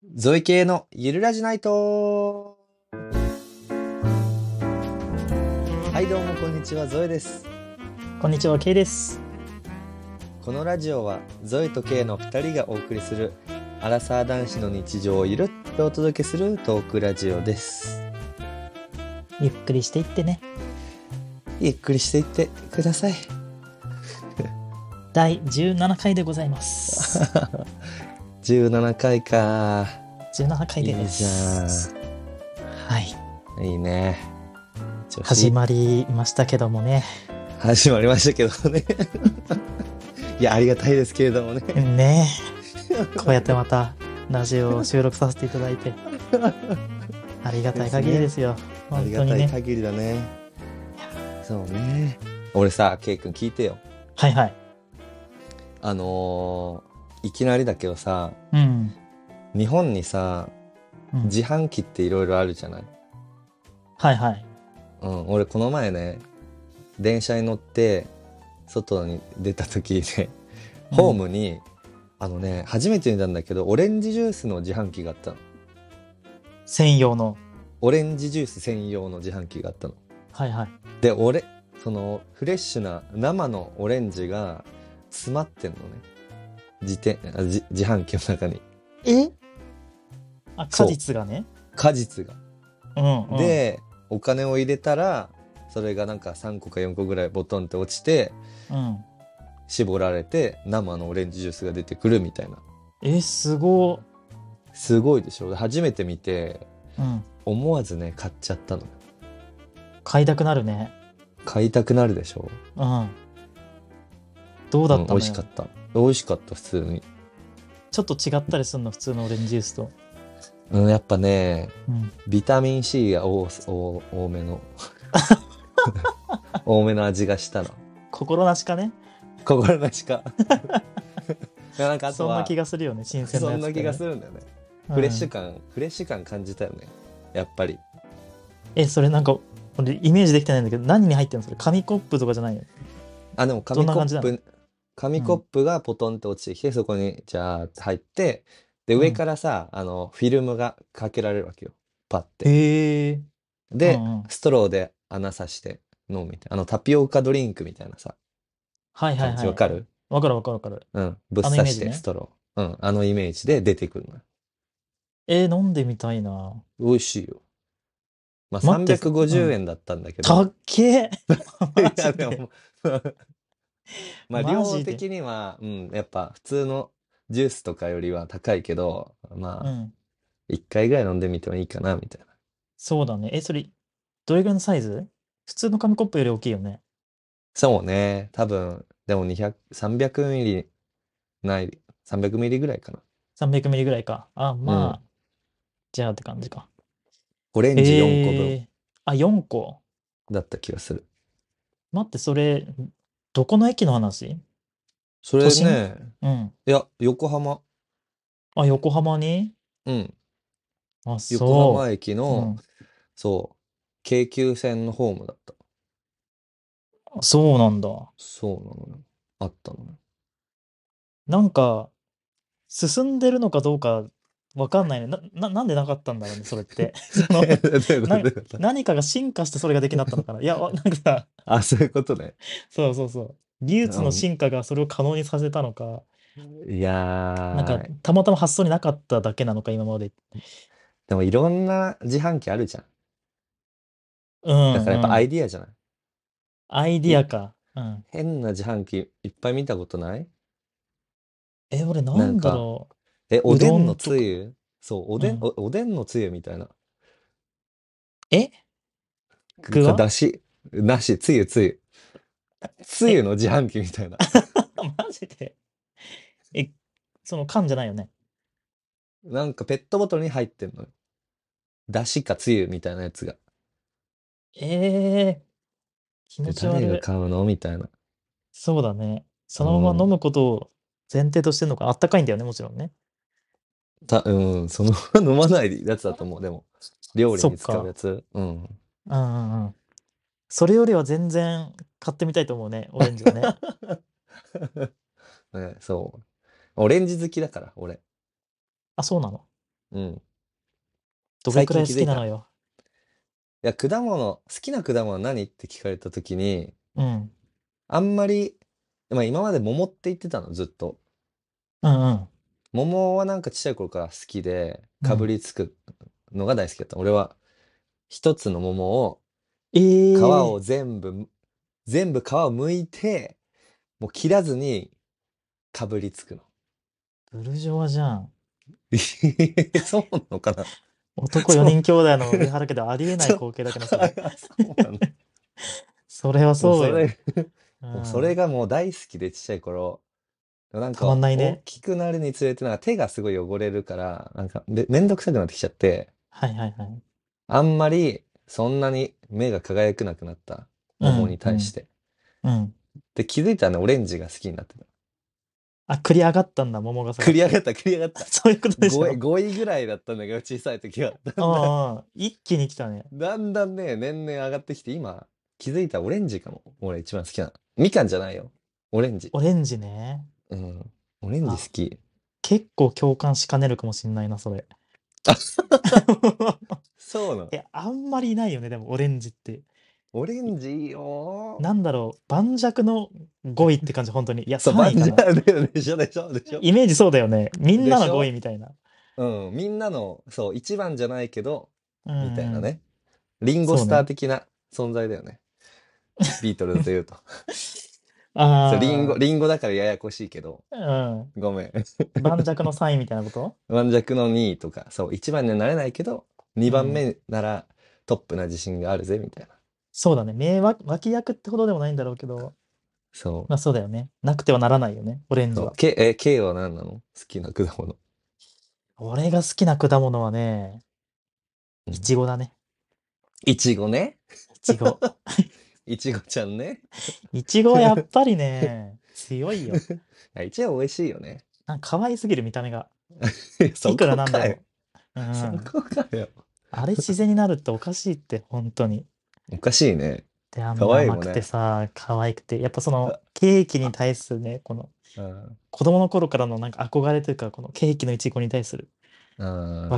ゾイ系のゆるラジナイト。はいどうもこんにちは、ゾエです。 こんにちは、ケイです。 このラジオはゾエとケイの2人がお送りするアラサー男子の日常をゆるっとお届けするトークラジオです。 ゆっくりしていってね。 ゆっくりしていってください。 第17回でございます。 17回か。 17回でいいじゃす。はい。 ん。いいね。 始まりましたけどもね。 始まりましたけどね。いや、ありがたいですけれどもね。 ねえ。こうやってまたラジオを収録させていただいて。ありがたい限りですよ。 ありがたい限りだね。そうね。俺さ、ケイ君聞いてよ。 はいはい。 いきなりだけどさ、 うん。 日本にさ、自販機っていろいろあるじゃない？ はいはい。 俺この前ね、電車に乗って外に出た時ね、ホームに初めて見たんだけど、オレンジジュースの自販機があったの。 専用の。 オレンジジュース専用の自販機があったの。 はいはい。 で、そのフレッシュな生のオレンジが詰まってんのね。自販機の中に。 果実がね。 果実が。 うん。 で、お金を入れたら、それがなんか3個か4個ぐらいボトンって落ちて、絞られて生のオレンジジュースが出てくるみたいな。 すごいでしょ。初めて見て、思わずね買っちゃったの。 買いたくなるね。 買いたくなるでしょ。 どうだったの？ 美味しかった。美味しかった、普通に。 ちょっと違ったりするの、普通のオレンジジュースと。 やっぱね、ビタミン C が多めの多めの味がしたの。 心なしかね。 心なしか。なんかあとはそんな気がするよね、新鮮なやつ、ね。 そんな気がするんだよね。フレッシュ感感じたよね、やっぱり。 それなんか俺イメージできてないんだけど、何に入ってるのそれ？紙コップとかじゃないよ。 でも紙コップがポトンって落ちてきて、そこにジャーって入って、で上からさ、フィルムがかけられるわけよ、パッて。で、ストローで穴刺して飲むみたいな、タピオカドリンクみたいなさ、感じわかる？ わかる。 ぶっ刺してストロー、あのイメージで出てくるのよ。 飲んでみたいな。 美味しいよ。まあ350円だったんだけど。 たっけいやでもまあ量的には、やっぱ普通のジュースとかよりは高いけど、まあ、1回ぐらい飲んでみてもいいかなみたいな。 そうだね。それどれぐらいのサイズ？普通の紙コップより大きいよね。 そうね、多分でも300ミリない、300ミリぐらいかな。 300ミリぐらいか。まあ、じゃあって感じか。 オレンジ4個分。 4個だった気がする。 待って、それどこの駅の話？ それね、いや、横浜。 横浜に？ 横浜駅の、そう、京急線のホームだった。 そうなんだ。 そうなのよ。あったのよ。 なんか、進んでるのかどうかわかんないね。なんでなかったんだろうね、それって。何かが進化してそれができなったのかな。いや、なんかさ、そういうことね。 そう。技術の進化がそれを可能にさせたのか。 いやなんか、たまたま発想になかっただけなのか、今まで。 でもいろんな自販機あるじゃん。だからやっぱアイディアじゃない？ アイディアか。 変な自販機いっぱい見たことない？ 俺なんだろう。おでんのつゆ？そう、おでんのつゆみたいな。 具は？ だし、なし、つゆ。つゆの自販機みたいな。 マジで？その缶じゃないよね。 なんかペットボトルに入ってんのよ。だしかつゆみたいなやつが。 気持ち悪い。 誰が買うのみたいな。 そうだね。そのまま飲むことを前提としてんのか。あったかいんだよね、もちろんね。 そのまま飲まないやつだと思う。でも、料理に使うやつ。 それよりは全然買ってみたいと思うね、オレンジはね。 ね、そう。オレンジ好きだから、俺。 そうなの？ うん。最どれくらい好近気づいた。 きなのよ。 いや、好きな果物何って聞かれた時に、 うん。 あんまり、まあ今まで桃って言ってたの、ずっと。 うんうん。 桃はなんかちっちゃい頃から好きで、かぶうん。 りつくのが大好きだった。俺は、一つの桃を、皮をええ全部皮を剥いて、もう切らずにかぶりつくの。 ブルジョワじゃん。 そうなのかな。 男そう、 4人兄弟の上原家ではありえないそう、 光景だけど、それ。 そうなの。 それはもうそうよ。 それ、 うもうそれん。 がもう大好きでちっちゃい頃。なんたまんか大ないね。 きくなるにつれてなんか手がすごい汚れるから、なんかめんどくさくなってきちゃって、 はいはいはい。 あんまりそんなに目が輝くなくなった。桃にうん、うん、 対して。 うん。 で、気づいたらね、オレンジが好きになってた。 あ、繰り上がったんだ、桃が下がって。 繰り上がった、繰り上がった。 そういうことでしょ。 5位ぐらいだったんだけど、小さい時は。 ああ、一気に来たね。 だんだんね、年々上がってきて、今、気づいたらオレンジかも。俺一番好きなの。みかんじゃないよ。オレンジ。 オレンジね。 うん。オレンジ好あ、 き。 結構共感しかねるかもしんないな、それ。 あ、そうなの。 あんまりいないよね、でもオレンジって。 オレンジいいよなんだろう、盤石の5位って感じ、本当に。いや、 ー。そう、 3位かな。 でしょでしょでしょイメージそうだよね。みんなの5位でしょ。 みたいな。 うん。みんなの、そう、一番じゃないけど、 うんみたいなうん。 ね。リンゴスターそうね。 的な存在だよね。ビートルズというと。そう、 あリンゴだからややこしいけど、 あ、 ごめん。 うん。盤石の3位みたいなこと？ 盤石の2位とか、そう、1番にはなれないけど、2番うん。 目ならトップな自信があるぜ、みたいな。 そうだね。脇役ってほどでもないんだろうけど、 そう、 まあそうだよね。なくてはならないよね、オレンジそう。 は。 K は何なの？好きな果物。 俺が好きな果物はね、いうん。 ちごだね。 いちごね。 いちご。 いちごちゃんね。 いちごはやっぱりね、強いよ。 いちご美味しいよね。 なんか可愛すぎる見た目が。 そいくらこかよ。 なんでも。うそん。 こかよ。 あれ自然になるっておかしいって、本当に。 おかしいね。 で、あん可な甘くて愛いもんね。 さ、可愛くて、やっぱそあ、 のケーキに対するね、このうん。 子供の頃からのなんか憧れというか、このケーキのいちごに対する、 うん。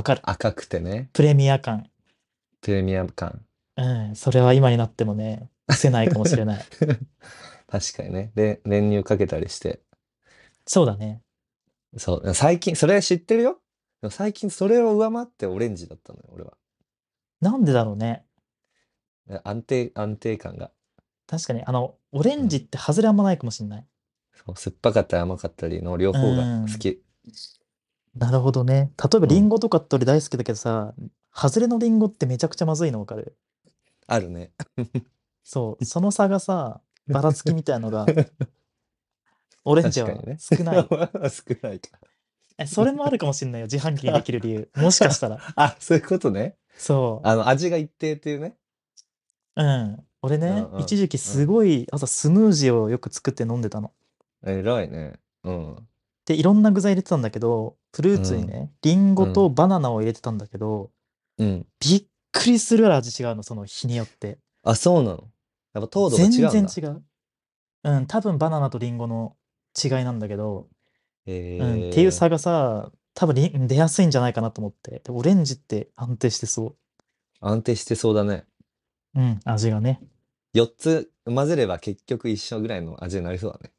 わかる。 赤くてね。 プレミア感。 プレミアム感。 うん、それは今になってもね、失せないかもしれない。 確かにね。で、練乳かけたりして。 そうだね。 そう。最近、それは知ってるよ。でも最近それを上回ってオレンジだったのよ、俺は。 なんでだろうね。 安定感が。 確かに、オレうん。 ンジって外れあんまないかもしんない。 そう、酸っぱかったり甘かったりの両う方が好ん。 き。 なるほどね。例えばうん。 リンゴとかって俺大好きだけどさ、外れのリンゴってめちゃくちゃまずいのわかる？ あるね。 そう、その差がさ、ばらつきみたいのが、オレンジは確かにね。 少ない。 少ないか。 それもあるかもしんないよ。自販機にできる理由。もしかしたら。 あ、そういうことね。 そ味が一定っていうね。 う。うん。俺ね、 うんうん。 一時期すうん。 ごい朝スムージーをよく作って飲んでたの。 偉いね。うん。 で、いろんな具材入れてたんだけど、フルーツにうん。 ね、リンゴとうん。 バナナを入れてたんだけど、 うん。 びっくりするぐらい味違うの、その日によって。 あ、そうなの。やっぱ糖度が違全うんだ。 然違う。うん、多分バナナとリンゴの違いなんだけど、うん、っていうえ差がさ、多分出やすいんじゃないかなと思って。でオレンジって安定してそ安定してそうだね。 う。うん、味がね。 4つ混ぜれば結局一緒ぐらいの味になりそうだね。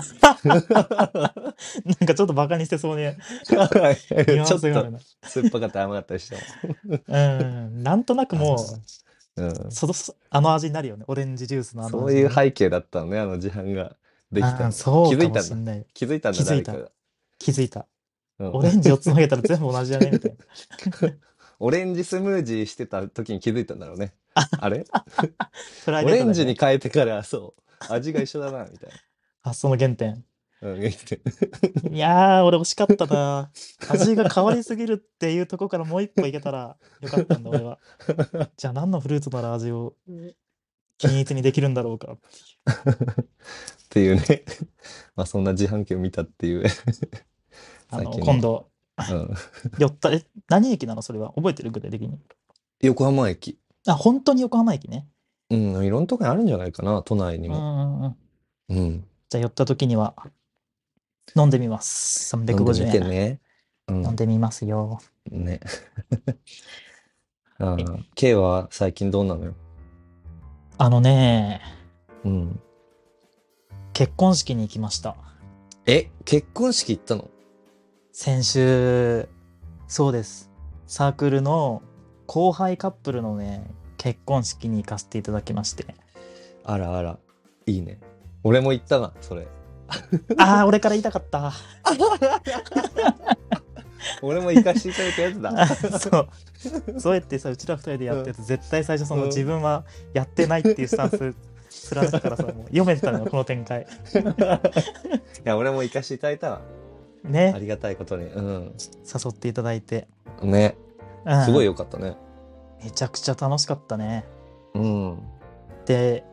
なんかちょっとバカにしてそうね、ニュアちょっとンスがあるな。 酸っぱかったり甘かったりしても。 うん、なんとなくあもう、 うん。 あの味になるよね。オレンジジュースのあのそういう味にね。 背景だったのね、あの自販ができたああ、 のは。気そうかもづいたんだ。 しんない。 気づいたんだ、 気づいた。 誰かが。 気づいた。 うん。 オレンジ4つ投げたら全部同じだね、みたいな。 オレンジスムージーしてた時に気づいたんだろうね。あれプライオレンジにベートでね。 変えてからそう、味が一緒だな、みたい発想の原点。 な。うん、言って。 いやー、俺惜しかったな。味が変わりすぎるっていうとこからもう一歩いけたらよかったんだ、俺は。じゃあ何のフルーツなら味を均一にできるんだろうかっていう。 っていうね。まあそんな自販機を見たっていう最近の。 今度、 うん。 何駅なのそれは。覚えてる具体的に。 横浜駅。 あ、本当に横浜駅ね。 うん、いろんなとこにあるんじゃないかな、都内にうんも。 うんうん。 うん。 じゃあ寄った時には飲んでみます。350 飲んでみて円。 ね。 飲んでみますよ。 ね。K は最近どうなのよ。 うん。結婚式に行きました。 結婚式行ったの？ 先週、そうです。サークルの後輩カップルのね、結婚式に行かせていただきまして。 あらあら、いいね。俺も行ったな、それ。 俺から言いたかった。 俺も行かしていただいたやつだ。 そうやってさ、うちら2人でやってると、絶対最初自分はやってないっていうスタンス貫くからさ、もう読めてたのよ、この展開。 いや、俺も行かしていただいたわ。 ね。 ありがたいことに。誘っていただいて。 ね。すごい良かったね。 めちゃくちゃ楽しかったね。 うん。 で、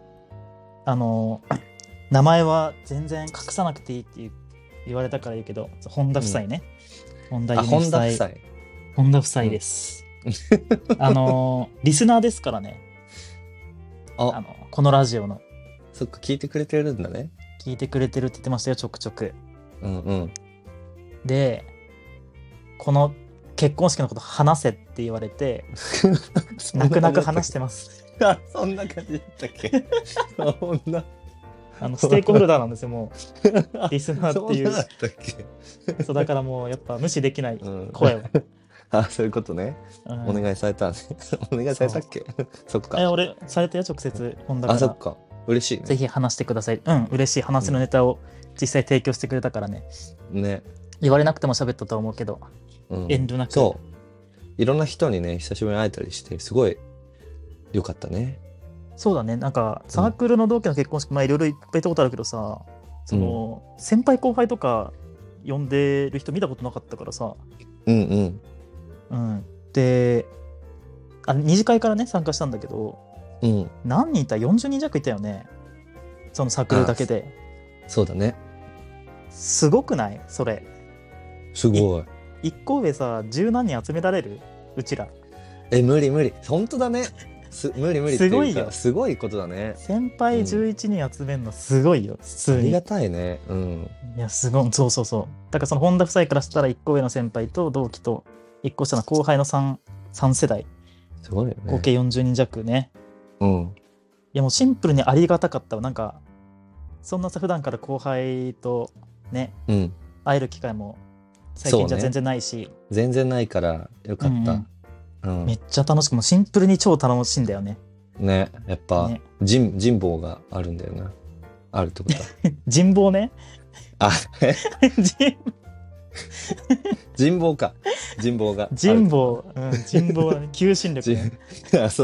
名前は全然隠さなくていいって言われたから言うけど、本田夫妻ね。本田夫妻。本田夫妻です。リスナーですからね。このラジオの。 そっか、聞いてくれてるんだね。 聞いてくれてるって言ってましたよ、ちょくちょく。 うんうん。 で、この結婚式のこと話せって言われて、泣く泣く話してます。 そんな感じだったっけ？そんな。 ステークホルダーなんですよ、もう。リスナーっていう。 そうだったっけ？ そう、だからもうやっぱ無視できない声を。 そういうことね。お願いされた。お願いされたっけ？そっか。 俺、されたよ、直接、本田から。 そっか。嬉しいね。 ぜひ話してください。嬉しい。話のネタを実際提供してくれたからね。 ね。 言われなくても喋ったと思うけど、遠慮なく。 そう。いろんな人にね、久しぶりに会えたりして、すごい良かったね。 そうだね。なんか、サークルの同期の結婚式、いろいろいっぱい行ったことあるけどさ、先輩後輩とか呼んでる人見たことなかったからさ。で、二次会からね、参加したんだけど、何人いた？ 40 人弱いたよね。そのサークルだけで。 そうだね。 すごくない？それ。 すごい。 一個上さ、10何人集められる？うちら。 無理。本当だね。無理っていうか、すごいことだね。 先輩11人集めるのすごいよ、普通に。 ありがたいね。 いや、すごい。そう。だからその本田夫妻からしたら1個上の先輩と同期と1個下の後輩の3世代。 すごいよね。 合計40人弱ね。 いや、もうシンプルにありがたかったわ。なんか、そんなさ、普段から後輩とね、会える機会も最近じゃ全然ないし。 全然ないからよかった。 めっちゃ楽しく、もうシンプルに超楽しいんだよね。 ね、やっぱ、人望があるんだよな。あるってことだ。 人望ね。 人望か。人望が。 人望はね、求心力ね。 そう。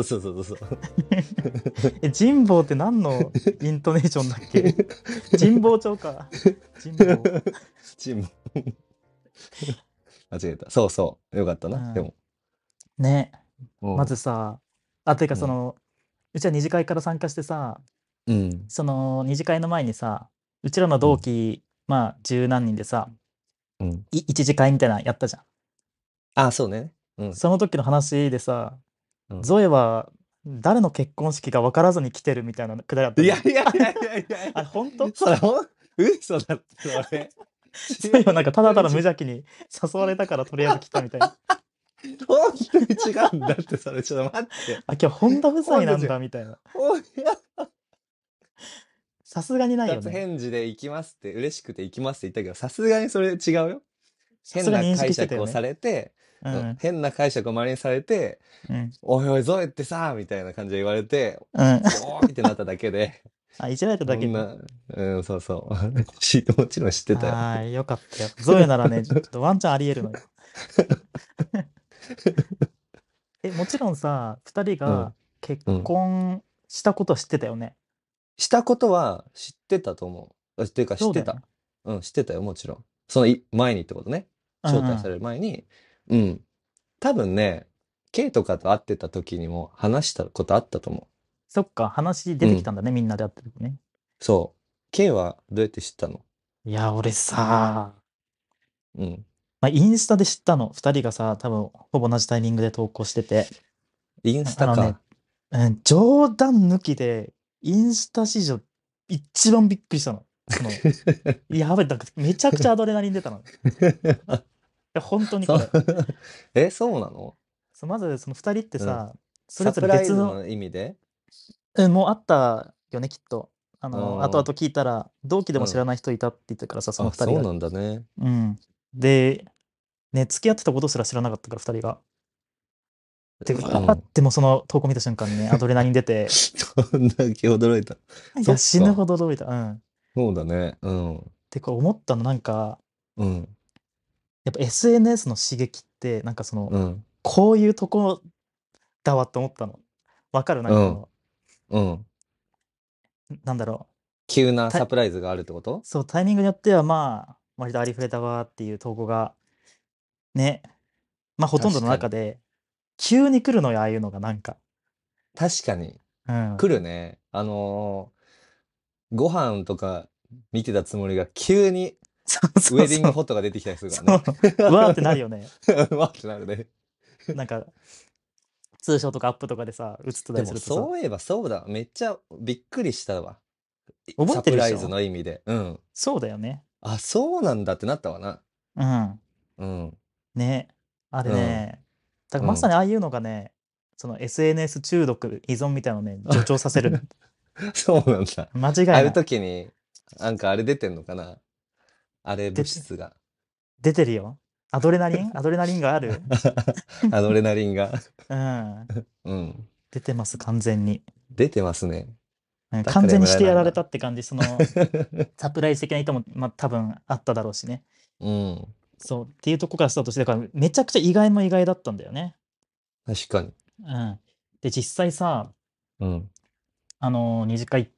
人望って何のイントネーションだっけ？神保町か。 人望。間違えた。そう。よかったな、でも。 ね。まずさ、てかうちは二次会から参加してさ、その二次会の前にさ、うちらの同期、十何人でさ、一次会みたいなやったじゃん。そうね。その時の話でさ、ゾエは誰の結婚式か分からずに来てるみたいなくだりあった。いや。あれ本当？ 嘘だってそれ。 ゾエはなんかただただ無邪気に誘われたからとりあえず来たみたいな。 本当に違うんだってそれ、ちょっと待って。 今日本田夫妻なんだみたいな。さすがにないよね。 二つ返事で行きますって、嬉しくて行きますって言ったけど、さすがにそれ違うよ。変な解釈をされて、変な解釈を周りにされて、おいゾエってさみたいな感じで言われて、おーいってなっただけで。 いじられただけで。 そう。もちろん知ってたよ。よかったよ。ゾエならね、ちょっとワンチャンありえるのよ。もちろんさ、2人が結婚したことは知ってたよね。 したことは知ってたと思う。っていうか知ってた。知ってたよ、もちろん。その前にってことね。招待される前に。多分ね、K とかと会ってた時にも話したことあったと思う。 そっか、話出てきたんだね、みんなで会ってる時ね。 そう。K はどうやって知ったの？ いや、俺さ、インスタで知ったの。2人がさ、多分ほぼ同じタイミングで投稿してて。 インスタか。 冗談抜きで、インスタ史上一番びっくりしたの。やばい、めちゃくちゃアドレナリン出たの。 や、本当にそう。 これ。 そうなの？ まずその2人ってうん。 さ、それサぞプライズれ別の、 の意味で？ もうあったよね、きっと。 う後々 ん。 聞いたら、同期でうん。 も知らない人いたって言ってからさ、そのあ、 2人が。 そうなんだね。 うん。で、ね、付き合ってたことすら知らなかったから、2人が。で、うわーっうん。 てもうその投稿見た瞬間にね、アドレナリン出て、 どんだけ驚いた。 いや、 そっか。 死ぬほど驚いた。うん。 そうだね。うん。 で、これ思ったの、なんか、 うん。 やっぱ SNS の刺激って、なんかうん。 こういうとこだわって思ったの。わかる？なんうん。 かうん。 なんだろう。 急なたサプライズがあるってこと？ そう、タイミングによっては、まあ、割とありふれたわっていう投稿が、ね、ま、ほとんどの確かに。 中で、急に来るのよ、ああいうのがなんか。 確かに。 うん。 来るね。ご飯とか見てたつもりが急にそうウェディングそうそう。 フォトが出てきたりするからね。 そう。うわーってなるよね。 わってなるね。 なんか、ツーショットかアップとかでさ、写ってたでもりするとさ、 そういえばそうだ。めっちゃびっくりしたわ。 覚えサプライズてるでしょ？ の意味で。うん。 そうだよね。 あ、そうなんだってなったわな。 うん。 うん。 ね。あれうん。 ね、だからうん。 まさにああいうのがね、その SNS 中毒、依存みたいなのをね、助長させる。 そうなんだ。 間違ああいういない。 時に、なんかあれ出てんのかな？あれ物でて質が。 出てるよ。アドレナリンがある？ アドレナリンが。 うん。 うん。 出てます、完全に。 出てますね。 うん、 だからやめ完全にしてやられたられないんだ。 って感じ、サプライズ的な意図も、ま、多分あっただろうしね。 うん。 そう、っていうとこからスタートして、だからめちゃくちゃ意外も意外だったんだよね。 確かに。 うん。で、実際さ、 うん。 二次会行って、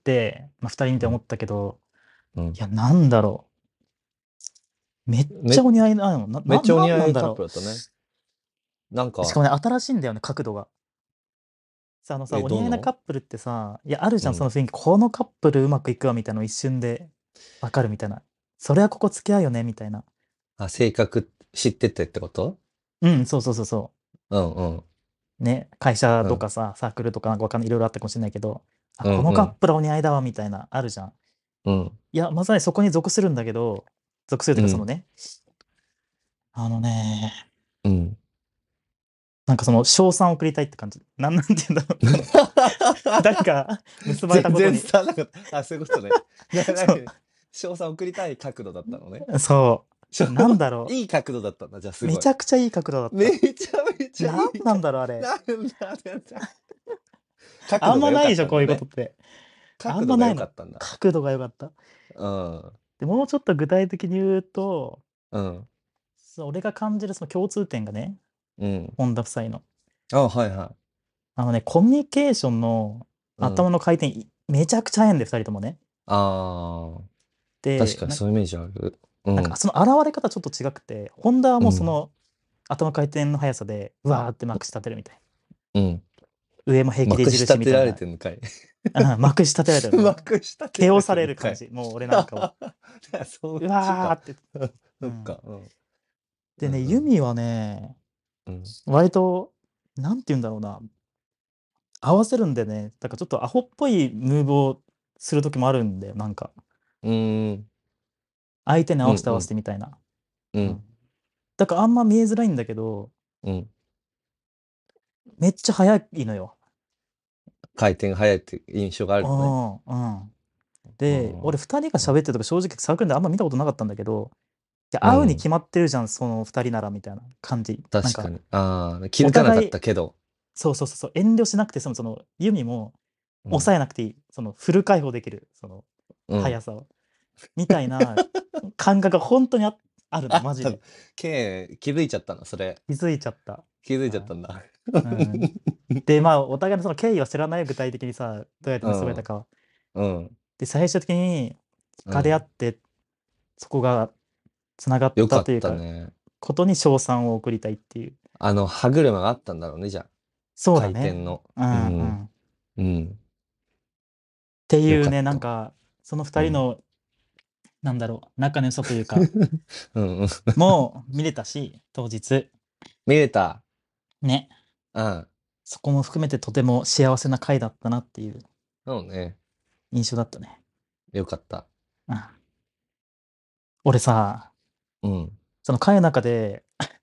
ま、2人見てうん。 思ったけど、 うん。 いや、なんだろう、めっちゃめお似合いなの。 めっちゃお似合いカッなんなんだろプルだったね。なんう。しかか、 もね、新しいんだよね、角度が。さ、お似合いなカどの？ ップルってさ、いや、あるじゃん、そうん。 の雰囲気、このカップルうまくいくわみたいなの一瞬で分かるみたいな。それはここ付き合うよねみたいな。 あ、性格知っててってこと？ うん、そうそうそうそうんうん。 う。ね、会社うん。 とかさ、サークルとかなんかわかんない、いろいろあったかもしれないけど、あ、 うこんうん。 のカップルお似合いだわみたいな、あるじゃん。 うん。 いや、まさにそこに属するんだけど、属するというかそのうん。 ね、あのね、 うん。 なんか称賛を送りたいって感じ。なんて言うんだろう、2人が結ばれ全然たことに、 伝わらなかった。あ、そういうことね。 そう、 賞賛送りたい角度だったのね。 そしょう、なんだろいい角度だったんだ、じゃあう、 すごい。 めちゃくちゃいい角度だった。 めちゃめちゃいいなんだろう、あれ。 なんだ。角あん度が良かっまないでしょ、こういうことたんだね。 って。あ角度がんまないの。 良かったんだ。 角度が良かった。 うん。 で、もうちょっと具体的に言うと、 うん。 俺が感じるその共通点がね、 うん。 本田夫妻の。 あ、はいはい。 コミュニケーションのうん。 頭の回転、めちゃくちゃ早いんで、2人ともね。 ああ、確で、 かにそういうイメージある。うなんかん。 その現れ方ちょっと違くて、本田はもううん。 頭の回転の速さで、うわーってまくし立てるみたい。 うん。 上も平気でまくし印みたいな。 立てられてんのかい。 うん、まくし立てられてる。もう、 まくし立てられ毛をさてんのかい。 れる感じ。もう俺なんかは。 そっうちか。 わーって。うん。 そっか。うん。 でね、 うんうん。 ユミはね、 うん。 割と、なんて言うんだろうな、合わせるんでね、だからちょっとアホっぽいムーブをする時もあるんだよ、なんか。 うーん。 相手に合わせて合わせうんうん。 てみたいな。うん。 うん。 だからあんま見えづらいんだけど、 うん。 めっちゃ速いのよ。 回転が速いって印象があうるのね。 ん、うん。で、 うん。 俺2人がうん。 喋ってるとか正直サークルであんま見たことなかったんだけど、いや、会うにうん。 決まってるじゃん、その2人ならみたいな感じ。なんか、 確かに。ああ、気づかなかっお互い、 たけど。 そうそうそうそう、遠慮しなくてユミもうん。 抑えなくていい、フル解放できる、 うん。 速さを。みたいな感覚がほんとにあるの、 あったの。 マジで。 気づいちゃったの、それ。 気づいちゃった。 気づいちゃっはい。 たんだ。 うん。で、まあ、お互いのその経緯は知らないよ、具体的にさ、どうやってうん。 結ばれたかは。 うん。 で、最終的に惹かれ合うん。 って、そこが繋がっよかったというか、 たね。 ことに称賛を送りたいっていう。 歯車があったんだろうね、じゃあ。回そうだね。 転の。 うんうん。 うん。っうん。 ていうね、なんよかった。 か、その2人うん。 の、仲の良さというか、 うんうん。 も見れたし、当日。 見れた。 ね。 うん。 そこも含めてとても幸せな回だったなっていうそうね。 印象だったね。 よかった。 うん。俺さ、 うん。 その回の中で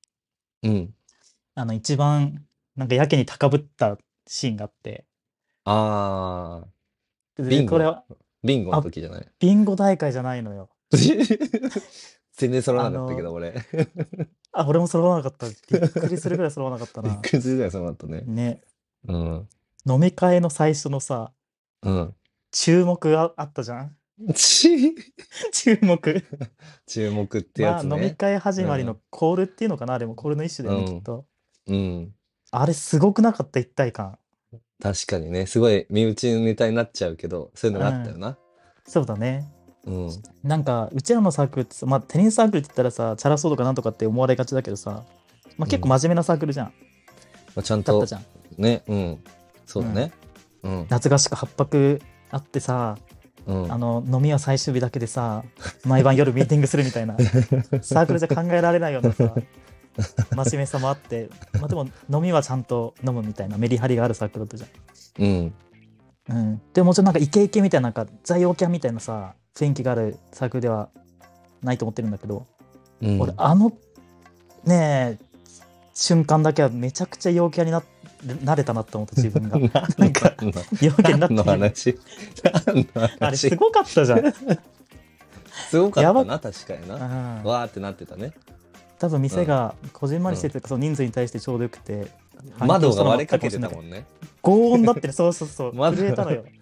うん。 一番、なんかやけに高ぶったシーンがあって、 ああ、ビで、 ンゴ。 これは、 ビンゴのあ、 時じゃない。 ビンゴ大会じゃないのよ。 全然揃わあの、 なかったけど、俺。 俺も揃わなかった。びっくりするぐらい揃わなかったな。 びっくりするぐらい揃わなかったね。 ね。 うん。 飲み会の最初のさ、 うん。 注目があったじゃん。 ち注目。 注目ってやまあ、飲みつね。 会始まりのうん。 コールっていうのかな。でも、コールの一種だよね、きっうん。 と。 うん。 あれ、すごくなかった、一体感。 確かにね、すごい身内のネタになっちゃうけど、そういうのがあったようん。 な。 そうだね。 うん。 なんか、うちらのサークルってさ、まあ、テニスサークルって言ったらさ、チャラそうとかなんとかって思われがちだけどさ、まあ、結構うん。 真面目なサークルじゃん。 まあ、ちゃんと、 だったじゃん。 ね、うん。そうだね。うん。 夏合宿8泊あってさ、 うん。 飲みは最終日だけでさ、毎晩夜ミーティングするみたいな、サークルじゃ考えられないようなさ、真面目さもあって、まあでも飲みはちゃんと飲むみたいなメリハリがあるサークルだったじうん。 ゃん。うん。でももちろんなんかイケイケみたいな、なんかザ陽キャンみたいなさ、雰囲気があるサークルではないと思ってるんだけど、俺、ねえ、瞬間だけはめちゃくちゃ陽キャになれたなって思った自分が。なんか、陽キャになって何の話何の話あれすごかったじゃん。 すごかったな、確かにな。 うんわーってなってたね。 多分店がこじんまりしてて、その人数に対してちょうどよくて、 窓が割れかけてたもんね。 轟音だってね、そうそうそう、 窓震えたのよ。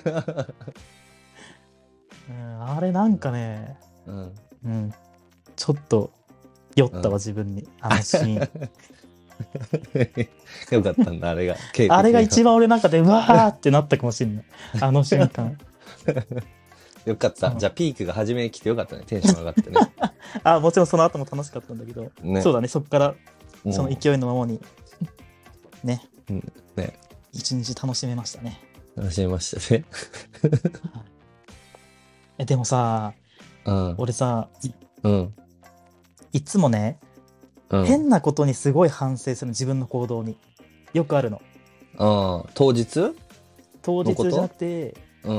あれなんかね、ちょっと酔ったわ、自分に、あのシーン。 よかったんだ、あれが。 あれが一番俺の中で、うわーってなったかもしれない。あの瞬間。 よかった。じゃあピークが初めに来てよかったね。テンション上がってね。 もちろんその後も楽しかったんだけど、そうだね、そっからその勢いのままにね、一日楽しめましたね。 楽しめましたね。 でもさ、俺さ、いつもね、変なことにすごい反省する、自分の行動に。よくあるの。 当日じゃなくて、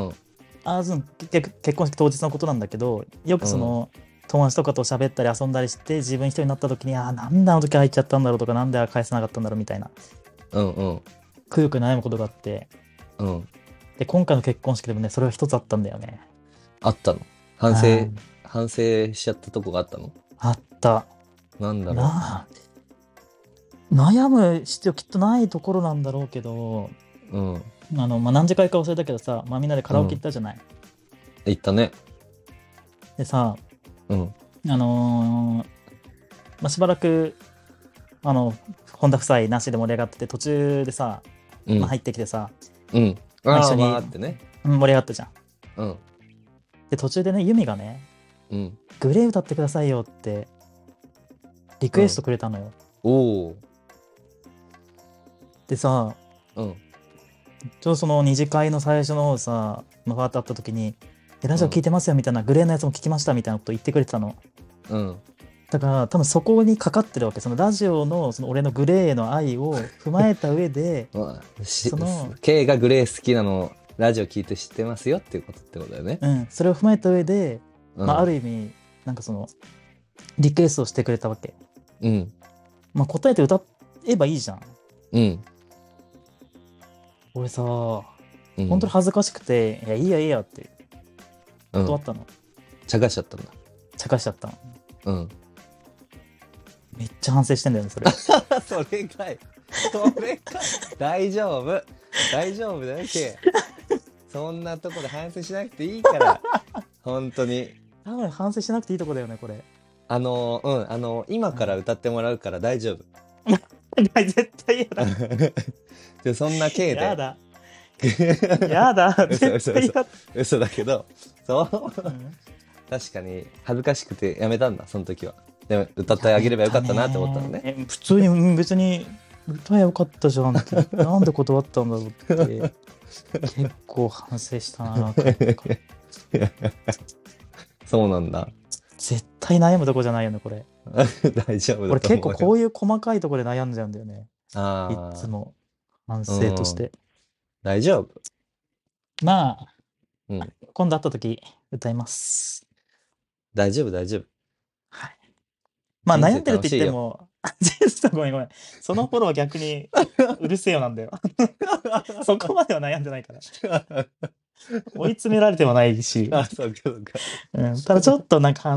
結婚式当日のことなんだけど、よくその、友達とかと喋ったり遊んだりして自分一人になった時に、なんであの時入っちゃったんだろうとか、なんで返せなかったんだろうみたいな、くよく悩むことがあって、で今回の結婚式でもね、それは一つあったんだよね。 あったの？反省しちゃったとこがあったの？ あった。 なんだろう、悩む必要きっとないところなんだろうけど、何時間か忘れたけどさ、みんなでカラオケ行ったじゃない。 行ったね。 でさ、しばらく本田夫妻なしで盛り上がってて、途中でさ、入ってきてさ、一緒に盛り上がったじゃん。で途中でね、ユミがね、グレー歌ってくださいよってリクエストくれたのよ。でさ、ちょうどその二次会の最初の方さ、ファーって会った時に、ラジオ聞いてますよみたいな、グレーのやつも聞きましたみたいなこと言ってくれてたの。だから多分そこにかかってるわけ。そのラジオのその俺のグレーへの愛を踏まえた上でその K がグレー好きなのラジオ聞いて知ってますよっていうことってことだよね。 それを踏まえた上で、ある意味なんかそのリクエストをしてくれたわけ。答えて歌えばいいじゃん。俺さ、本当に恥ずかしくて、いやいいやいいやって断ったの。 茶化しちゃったんだ。 茶化しちゃったの。めっちゃ反省してんだよね、それ。 それかい。大丈夫だよ、K。そんなとこで反省しなくていいから。本当に。 多分反省しなくていいとこだよね、これ。 今から歌ってもらうから大丈夫。 絶対嫌だ。 でそんな K で。 やだ。やだ。 嘘だけど、そう。確かに恥ずかしくてやめたんだ、その時は。でも歌ってあげればよかったなって思ったのね。 普通に別に歌えばよかったじゃんって、なんで断ったんだろうって結構反省したな。 そうなんだ。 絶対悩むとこじゃないよね、これ。 大丈夫だと思うよ。 俺結構こういう細かいところで悩んじゃうんだよね。いつも反省として。 大丈夫。 まあ、今度会った時歌います。 大丈夫。 はい。まあ悩んでるって言っても、 ごめんごめん。その頃は逆に、うるせえよなんだよ。そこまでは悩んでないから。追い詰められてはないし。 そうかそうか。 ただちょっとなんか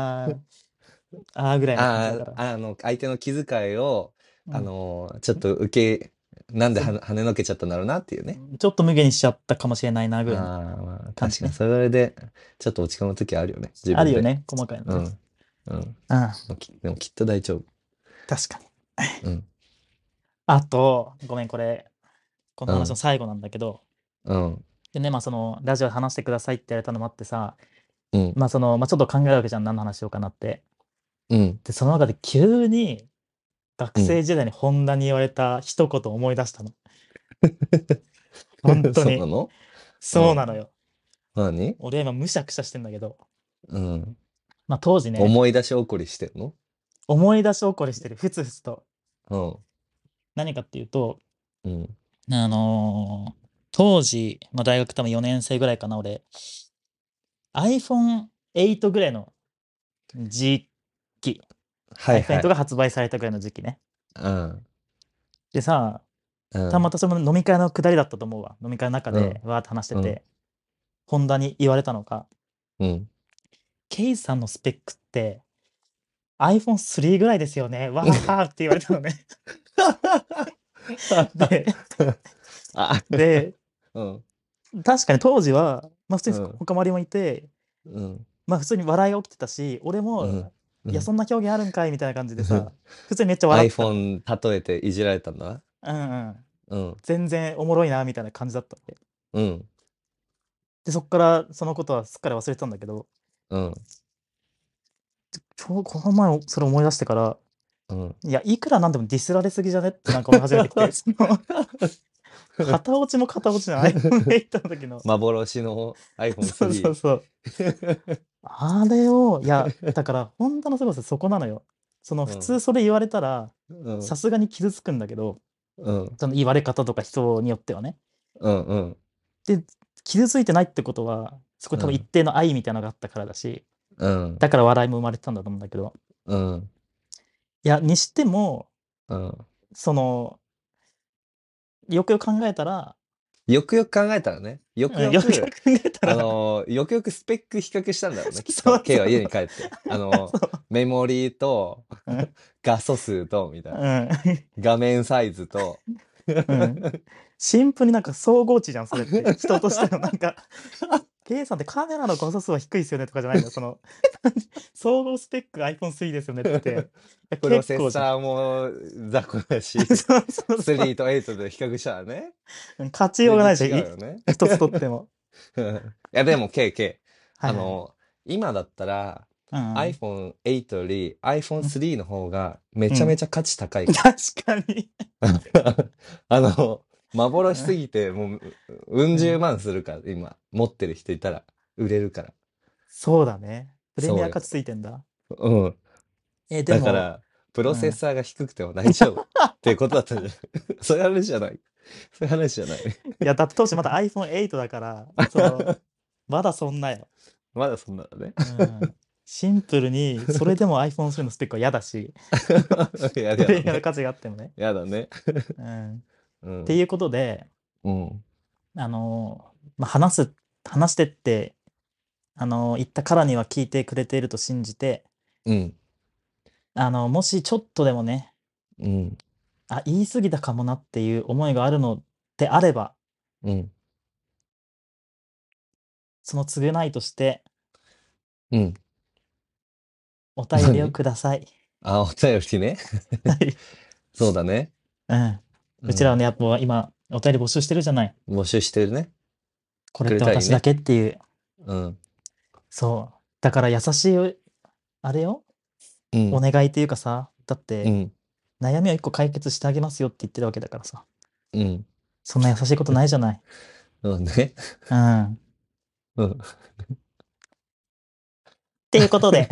ぐらいの感じだから。 相手の気遣いを、ちょっとなんで跳ねのけちゃったんだろうなっていうね。 ちょっと無限にしちゃったかもしれないな、ぐらいのまあ、 感じね。 確かに、それで、ちょっと落ち込む時あるよね、自分で。 あるよね、細かいのね。 でもきっと大丈夫。 確かに。 うん。 あと、ごめん、この話の最後なんだけど、でね、その、ラジオで話してくださいって言われたのもあってさ、ちょっと考えるわけじゃん、何の話しようかなって。で、その中で急に、学生時代に本田に言われた一言思い出したの。本当に。 そうなの？ そうなのよ。 何？ 俺は今むしゃくしゃしてんだけど。 うん。 当時ね。 思い出し怒りしてんの？ 思い出し怒りしてる、ふつふつと。何かっていうと、当時、大学多分4年生ぐらいかな、俺。iPhone8 ぐらいの時期。iPhone8 が発売されたぐらいの時期ね。でさ、またその飲み会のくだりだったと思うわ。飲み会の中でわーって話してて、本田に言われたのが、ケイさんのスペックって、iPhone3 ぐらいですよね。わーって言われたのね。で、確かに当時は、普通に他周りもいて、普通に笑いが起きてたし、俺も、いや、そんな表現あるんかいみたいな感じでさ、普通にめっちゃ笑ってた。 iPhone 例えていじられたんだ。 全然おもろいなみたいな感じだったんで。で、そっからそのことはすっかり忘れてたんだけど、この前それ思い出してから、いや、いくらなんでもディスられすぎじゃねってなんか思い始めてきて、片落ちも片落ちの iPhone8 の時の。 幻の iPhone3。 そう。あれを、いや、だから本当のすごさそこなのよ。普通それ言われたら、さすがに傷つくんだけど、その言われ方とか人によってはね。で、傷ついてないってことは、そこ多分一定の愛みたいなのがあったからだし、だから笑いも生まれてたんだと思うんだけど。いや、にしても、よくよく考えたら、 よくよく考えたらね。よくよくスペック比較したんだろうね。きっと、K は家に帰って。メモリーと、画素数と、みたいな。画面サイズと。 シンプルになんか総合値じゃん、それって。人としてのなんか、K さんってカメラの画素数は低いですよねとかじゃないんだよ。総合スペック iPhone3 ですよねって。 プロセッサーも雑魚だし、3と8で比較したらね。 勝ちようがないじゃん、一つとっても。 いや、でも、K、今だったら、iPhone8 より iPhone3 の方がめちゃめちゃ価値高いから。 確かに。 幻すぎて、もう、うん十万するから、今、持ってる人いたら、売れるから。 そうだね。プレミア価値ついてんだ。でも。 だから、プロセッサーが低くても大丈夫っていうことだったんじゃない？そういう話じゃない。そういう話じゃない。 いや、だって当時まだ iPhone8 だから、まだそんなよ。 まだそんなのね。 シンプルに、それでも iPhone3 のスペックは嫌だし、プレミアの価値があってもね。 嫌だね。 っていうことで、話してって、言ったからには聞いてくれていると信じて、もしちょっとでもね、言い過ぎたかもなっていう思いがあるのであれば、その償いとして、お便りをください。 お便りね。そうだね。 うちらはね、やっぱ今、お便り募集してるじゃない。 募集してるね。 これって私だけっていう。そう。だから優しい、あれよ。お願いっていうかさ、だって、悩みを一個解決してあげますよって言ってるわけだからさ。そんな優しいことないじゃない。 そうね。 っていうことで。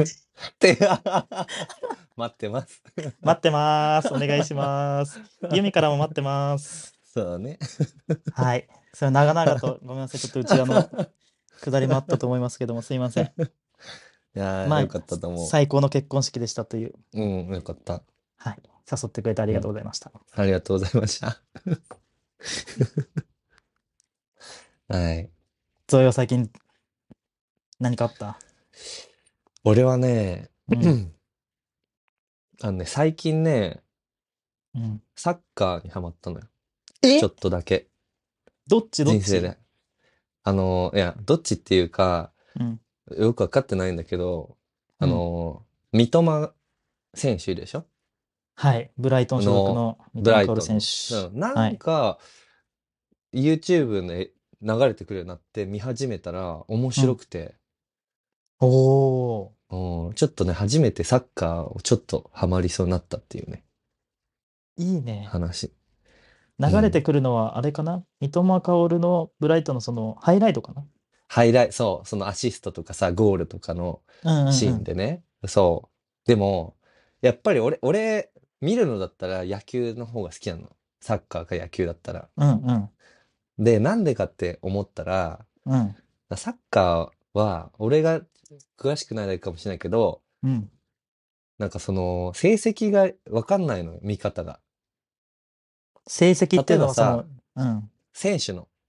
待ってます。 待ってます。お願いします。ユミからも待ってます。 そうだね。 はい。それ長々と、ごめんなさい。ちょっとうち下りもあったと思いますけども、すいません。 いやよかったと思う。 最高の結婚式でしたという。 よかった。 はい。誘ってくれてありがとうございました。 ありがとうございました。はい。 ゾエは最近何かあった？ 俺はね、 うん。 最近ね、 うん。 サッカーにハマったのよ。ちょえっとだけ。 どっち人生で。いや、どっちっていうか、 うん。 よくわかってないんだけど、 うん。 三笘選手いるでしょ？ はい。ブライトン所属の三ブ笘薫ライトンの。 選手。 なはい。 んか、YouTube で流れてくるようになって見始めたら面うん。 白くて、 おー。 ちょっとね、初めてサッカーをちょっとハマりそうになったっていうね、 いいね。 話。う流れてん。 くるのはあれかな、三笘薫のブライトンのそのハイライトかな？ そう、そのアシストとかさ、ゴールとかのうんうんシうん。 ーンでね。そう。でも、やっぱり俺、見るのだったら野球の方が好きなの。サッカーか野球だったら。 うんうん。 で、なんでかって思ったら、 うん。 サッカーは、俺が詳しくないだけかもしれないけど、 うん。 なんかその、成績がわかんないのよ、見方が。 成績って例えいうのはその、 ばさ、 うん。 選手の、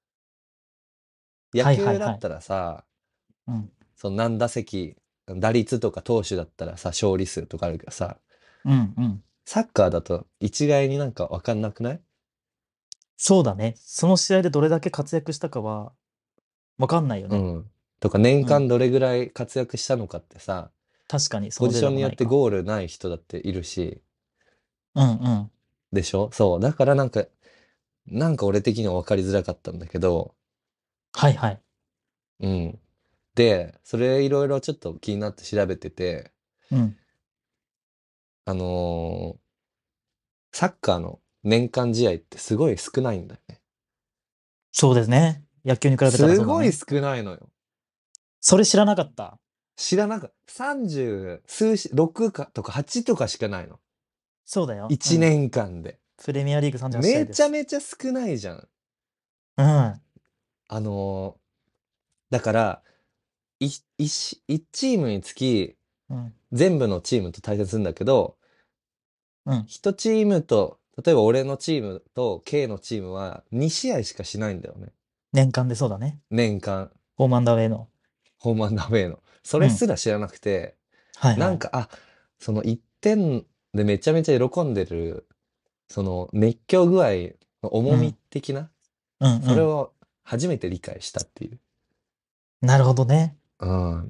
野はいはいはい。 球だったらさ、 うん。 その何打席、打率とか投手だったらさ、勝利数とかあるけどさ、 うんうん。 サッカーだと一概になんかわかんなくない？ そうだね。その試合でどれだけ活躍したかはわかんないよね。 うん。とか年うん。 間どれぐらい活躍したのかってさ、 確かにそポジのデーションによってタもないか。 ゴールない人だっているし、 うんうん。 でしょ？そう。だからなんか俺的には分かりづらかったんだけど、 はいはい。 うん。で、それいろいろちょっと気になって調べてて、 うん。 あのーサッカーの年間試合ってすごい少ないんだよね。 そうですね。野球に比べたらそうだね。 すごい少ないのよ。 それ知らなかった。 知らなかった。30数し、6かとか8とかしかないの。 そうだよ。う 1 ん。 年間で。 プレミアリーグ38試合めです。 ちゃめちゃ少ないじゃん。 うん。 あのだから、1チームにつき、 うん。 全部のチームと対戦するんだけど、 うん。 1チームと、例えば俺のチームと K のチームは2試合しかしないんだよね。 年間でそうだね。 年間、 ホームアンダーウェイの。 ホームアンダーウェイの。それうん。 すら知らなくて、 はいはい。 なんか、その1点でめちゃめちゃ喜んでる、その熱狂具合の重みうん。 的な、 うんうん。 それを初めて理解したっていう。 なるほどね。 うん。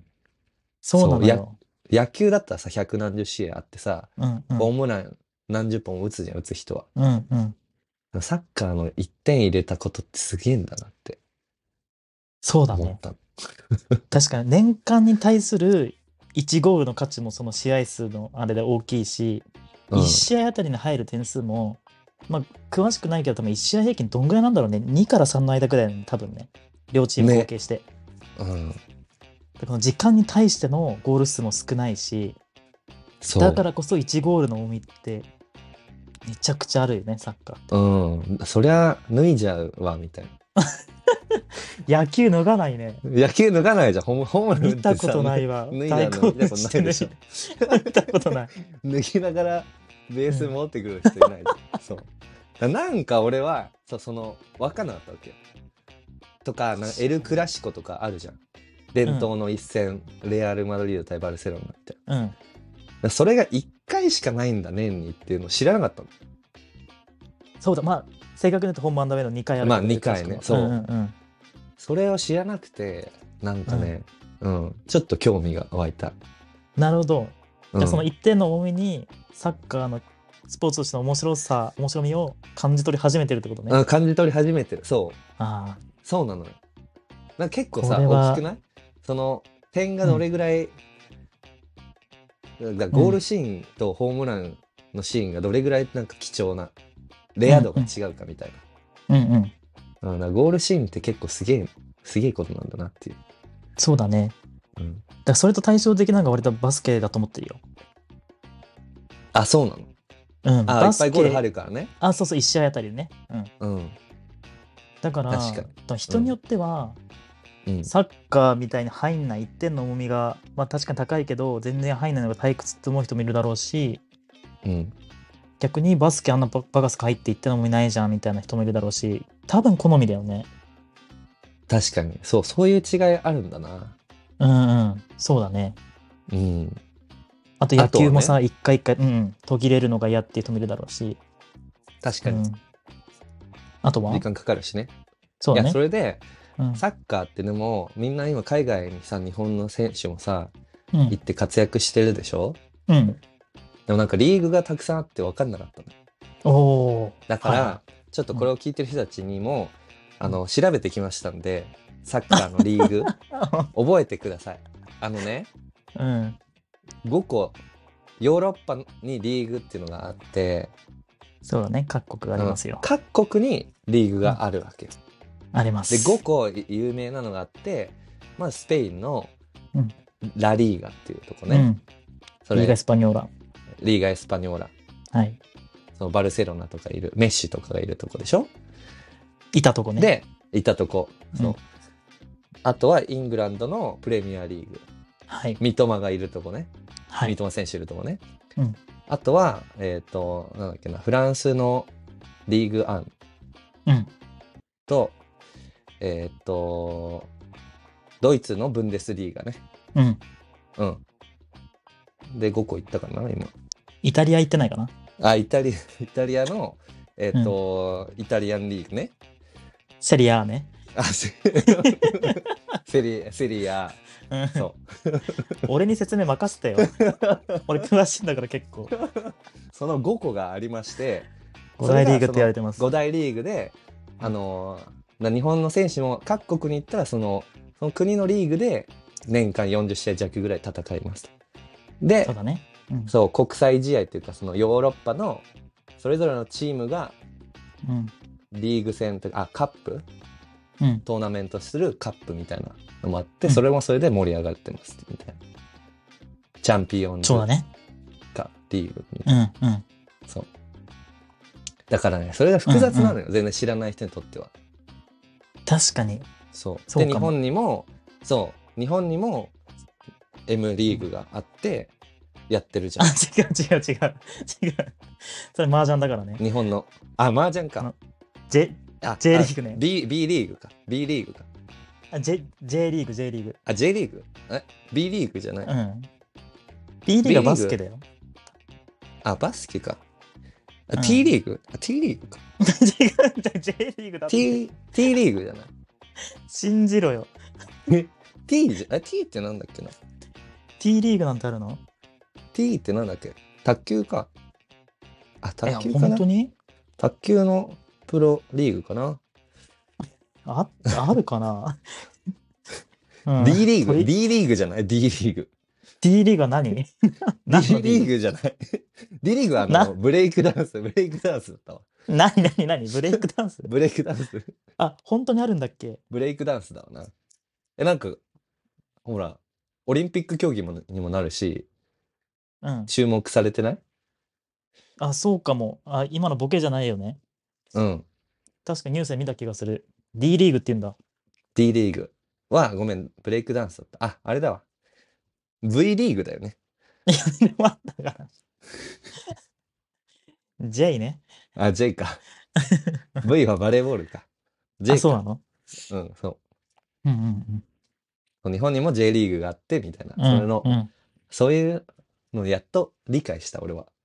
そうなそう、 のよ。 野球だったらさ、百何十試合あってさ、 うんうん。 ホームラン何十本打つじゃん、打つ人は。 うんうん。 サッカーの1点入れたことってすげえんだなってそうだね。 思ったの。 確かに年間に対する1ゴールの価値もその試合数のあれで大きいし、1 うん。 試合あたりに入る点数も、まあ、詳しくないけど多分1試合平均どんぐらいなんだろうね。2から3の間ぐらいだよね、多分ね。両チーム合ね。 計して。 うん。 でこの時間に対してのゴール数も少ないし、だかそらこそ1ゴールの重みってめちゃくちゃあるよね、サッカーって。 う。うん。そりゃ脱いじゃうわ、みたいな。 野球脱がないね。 野球脱がないじゃん。ホームラン打ってさ、 見たことないわ。 脱いだ大興の見たこと奮してね。 ないでしょ。 見たことない。 脱ぎながらベースうん。 戻ってくる人いないじゃん。そう。なんか俺は、分かんなかったわけよ。とか、エル・クラシコとかあるじゃん。伝うん。 統の一戦、レアル・マドリード対バルセロナみたいうん。 な。それが1回しかないんだ、年にっていうのを知らなかったの。 そうだ、まあ、正確に言うと本番ダメの2回あるまあけど、エルクラ 2回ね、 シコは。うんうそう。 んうん。 それを知らなくて、なんうん。 かね、ちょっと興味が湧いた。 なるほど。じゃあそのうん。 一点の重みに、サッカーのスポーツとしての面白みを感じ取り始めてるってことね。 感じ取り始めてる。そう。 ああ、 そうなのよ。なんか結構こさ、 れは、 大きくない？その、点がどうん、 れぐらい、ゴールうん、 シーンとホームランのシーンがどれぐらいなんか貴重な、レア度がうんうん、 違うかみたいうんうん。 な。だからゴールシーンって結構すげえことなんだなっていう。 そうだね。 うん。 だからそれと対照的なのが割とバスケだと思ってるよ。 あ、そうなの？ うん、 いっバぱいゴール入スケ、 るからね。 あ、そうそう、1試合あたりでね。うん。 うん。 だか確かに。 ら、 うん。 人によっては、 うん。 サッカーみたいに入んない1点の重みが、まあ確かに高いけど、全然入んないのが退屈って思う人もいるだろうし、 うん。 逆にバスケあんなバカスカ入っていってのもいないじゃんみたいな人もいるだろうし、多分好みだよね。 確かに。そういう違いあるんだな。 そうだね。 うん。 あと野球もさ、一回一回、途切れるのが嫌っていう人もいるだろうし。 確かに。 あとは時間かかるしね。 そうだね。 いや、それで、サッカーってのも、みんな今海外にさ、日本の選手もさ、行って活躍してるでしょ？ うん。 でもなんかリーグがたくさんあって分かんなかったの。 だから、ちょっとこれを聞いてる人たちにも、調べてきましたんで、サッカーのリーグ、覚えてください。5個、ヨーロッパにリーグっていうのがあって、 そうだね、各国がありますよ。 各国にリーグがあるわけよ。 あります。 で、5個有名なのがあって、まずスペインのラリーガっていうとこね。 リーガエスパニョーラ。 リーガエスパニョーラ。 はい。 そのバルセロナとかいる、メッシとかがいるとこでしょ？ いたとこね。 で、いたとこ。そう。あとはイングランドのプレミアリーグ。 はい。 三笘がいるとこね。 はい。 三笘選手いるとこね。 うん。 あとは、なんだっけな、フランスのリーグアン。と、ドイツのブンデスリーガね。で、5個いったかな、今。 イタリア行ってないかな？ あ、イタリアの、イタリアンリーグね。 セリアね。 あ、セリア。そう。 俺に説明任せてよ。俺詳しいんだから結構。 その5個がありまして、 5大リーグって言われてます。 5大リーグで、日本の選手も各国に行ったらその国のリーグで年間40試合弱ぐらい戦います。で、 そうだね。 そう、国際試合というか、そのヨーロッパのそれぞれのチームがリーグ戦とか、カップ、トーナメントするカップみたいなのもあって、それもそれで盛り上がってますみたいな。チャンピオンズそうだね。 かリーグみたいな。そう。だからね、それが複雑なのよ、全然知らない人にとっては。 確かに。 そう。で、日本にも M リーグがあってやってるじゃん。 違う。それ麻雀だからね。 日本の麻雀か。 J リーグね。 B リーグか。B リーグか。 J リーグ。 Jリーグ？B リーグじゃない？ B リーグはバスケだよ。 バスケか。T リーグ？T リーグか。 違う、J リーグだって。 T リーグじゃない？ 信じろよ。 T ってなんだっけな？ T リーグなんてあるの？ T ってなんだっけ？卓球か。卓球かな？ 本当に？ 卓球のプロリーグかな？ あるかな？ D リーグ？ D リーグじゃない？ D リーグ。 D リーグは何？ D リーグじゃない？ D リーグはブレイクダンスだったわ。 何ブレイクダンス？ ブレイクダンス。 本当にあるんだっけ？ ブレイクダンスだわな。なんか、ほら、オリンピック競技にもなるし、注目されてない？ そうかも。今のボケじゃないよね。確かニュースで見た気がする。D リーグって言うんだ。 D リーグは、ごめん、ブレイクダンスだった。あれだわ。V リーグだよね。 いや、待ったから。J ね。 J か。V はバレーボールか。J か。 そうなの？ そう。日本にも J リーグがあってみたいな。そういうのやっと理解した、俺は。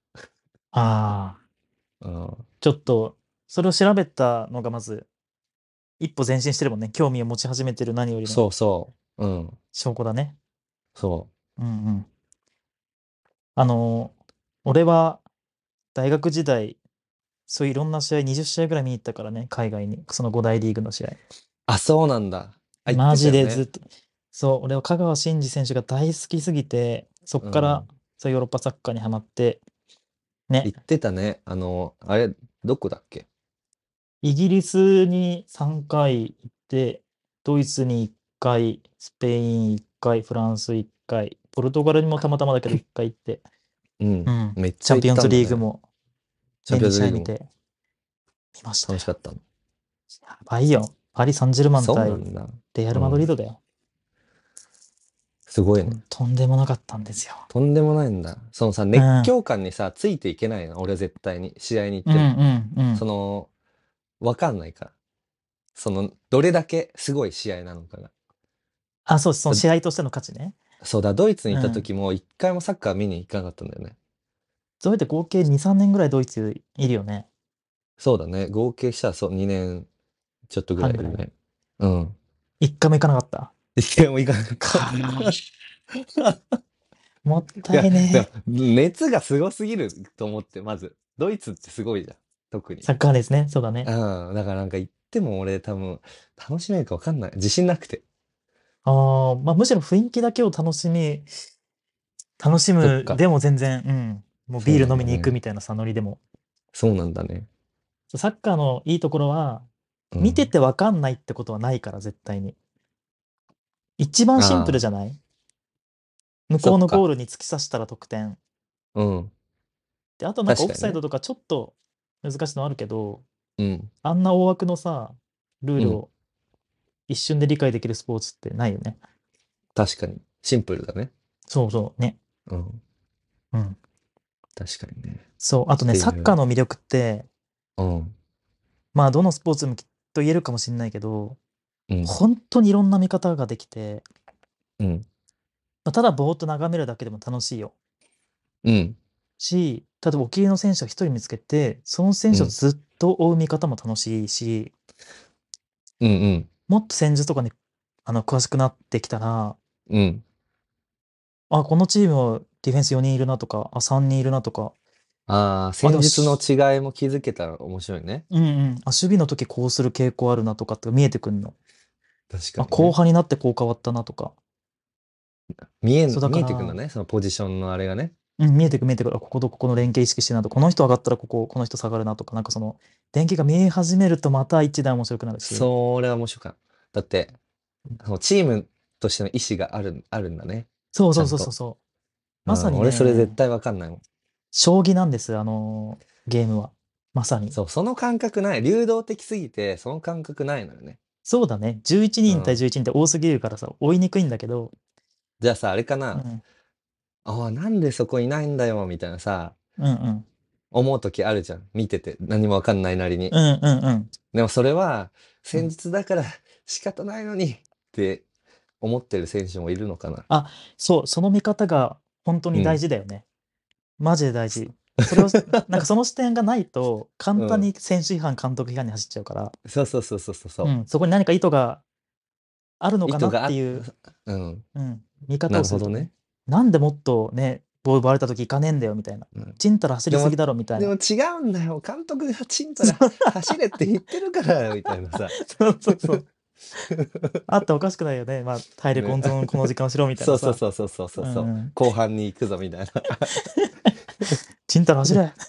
ちょっと、それを調べたのがまず、一歩前進してるもんね。興味を持ち始めてる何よりの。 証拠だね。 そう。 俺は大学時代、そういういろんな試合、20試合ぐらい見に行ったからね、海外に。その5大リーグの試合。 そうなんだ。 マジでずっと。そう、俺は香川真司選手が大好きすぎて、そっから、ヨーロッパサッカーにハマって、ね。 言ってたね。あれ、どこだっけ？ イギリスに3回行って、ドイツに1回、スペイン1回、フランス1回、ポルトガルにもたまたまだけど1回行って、 めっちゃチャンピオンズリーグも、 年に試合見て、見ました。 楽しかった。 やばいよ。パリ・サンジェルマン対レアル・マドリードだよ。 すごいね。 とんでもなかったんですよ。 とんでもないんだ。そのさ、熱狂感にさ、ついていけないの。俺絶対に。試合に行っても。その、わかんないから。その、どれだけすごい試合なのかが。 あ、そうです。その試合としての価値ね。 そうだ、ドイツにいた時も一回もサッカー見に行かなかったんだよね。 それで合計2、3年ぐらいドイツいるよね。 そうだね。合計したらそう、2年ちょっとぐらいいるね。うん。 一回も行かなかった。 一回も行かなかった。 もったいねえ。熱がすごすぎると思って、まず。ドイツってすごいじゃん。特に。 サッカーですね。そうだね。 うん。だからなんか行っても俺多分、楽しめるか分かんない。自信なくて。 ああ、まあむしろ雰囲気だけを楽しむ、でも全然、もうビール飲みに行くみたいなさ、ノリでも。 そうなんだね。 サッカーのいいところは、見てて分かんないってことはないから、絶対に。一番シンプルじゃない？向こうのゴールに突き刺したら得点。 うん。 で、あとなんかオフサイドとかちょっと難しいのあるけど、 うん。 あんな大枠のさ、ルールを一瞬で理解できるスポーツってないよね。 確かに。シンプルだね。 そうそうね。 うん。 うん。 確かにね。 そう。あとね、サッカーの魅力って、まあどのスポーツもきっと言えるかもしれないけど、本当にいろんな見方ができて、ただぼーっと眺めるだけでも楽しいよ。し、例えばお気に入りの選手を一人見つけて、その選手をずっと追う見方も楽しいし、もっと戦術とかに詳しくなってきたら、あ、このチームはディフェンス4人いるなとか、あ、3人いるなとか。 ああ、戦術の違いも気づけたら面白いね。 あ、守備の時こうする傾向あるなとかって見えてくんの。 確かに、ね。 後半になってこう変わったなとか。 見えてくんだね、そのポジションのあれがね。 見えてく。こことここの連携意識してなと、この人上がったらこの人下がるなとか、なんかその、電気が見え始めるとまた一段面白くなるし。 それは面白かった。だって、チームとしての意思があるんだね。 そう。まさにね。 俺それ絶対わかんないもん。 将棋なんです、ゲームは。まさに。 そう、その感覚ない。流動的すぎて、その感覚ないのよね。 そうだね。11人対11人って多すぎるからさ、追いにくいんだけど。 じゃあさ、あれかな。ああ、なんでそこいないんだよ、みたいなさ、思う時あるじゃん。見てて。何もわかんないなりに。でもそれは、戦術だから仕方ないのにって思ってる選手もいるのかな。 あ、そう、その見方が本当に大事だよね。マジで大事。それを、なんかその視点がないと、簡単に選手批判、監督批判に走っちゃうから。 そう。 そこに何か意図があるのかなっていう、見方をするとね。なんでもっとね、ボール奪われた時行かねえんだよみたいな。ちんたら走りすぎだろみたいな。 でも違うんだよ。監督がちんたら走れって言ってるからみたいなさ。 そう。あっておかしくないよね。まあ、体力温存この時間しろみたいなさ。 そう。後半に行くぞみたいな。 ちんたら走れ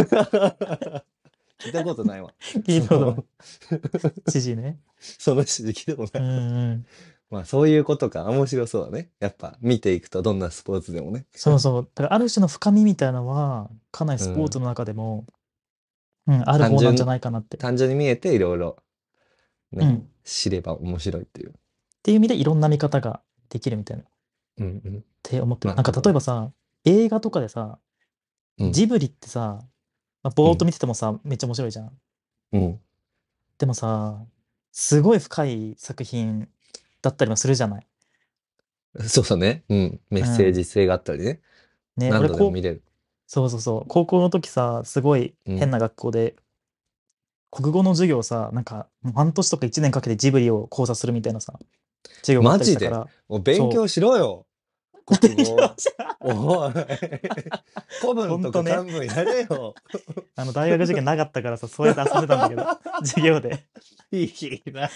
聞いたことないわ。 聞いたことない。指示ね。 その指示聞いたことない。まあそういうことか。面白そうだね。やっぱ見ていくとどんなスポーツでもね。 そう。だからある種の深みみたいなのは、かなりスポーツの中でも、ある方なんじゃないかなって。 単純に見えていろいろ、ね、知れば面白いっていう。 っていう意味でいろんな見方ができるみたいな。って思ってる。なんか例えばさ、映画とかでさ、ジブリってさ、ぼーっと見ててもさ、めっちゃ面白いじゃん。でもさ、すごい深い作品だったりもするじゃない。 そうね。メッセージ性があったりね。何度でも見れる。 そう。高校の時さ、すごい変な学校で、国語の授業さ、なんか半年とか1年かけてジブリを講座するみたいなさ、授業があったりしたから。 マジで？もう勉強しろよ。国語。おい。古文とか漢文やれよ。 大学受験なかったからさ、そうやって遊んでたんだけど、授業で。 いいな。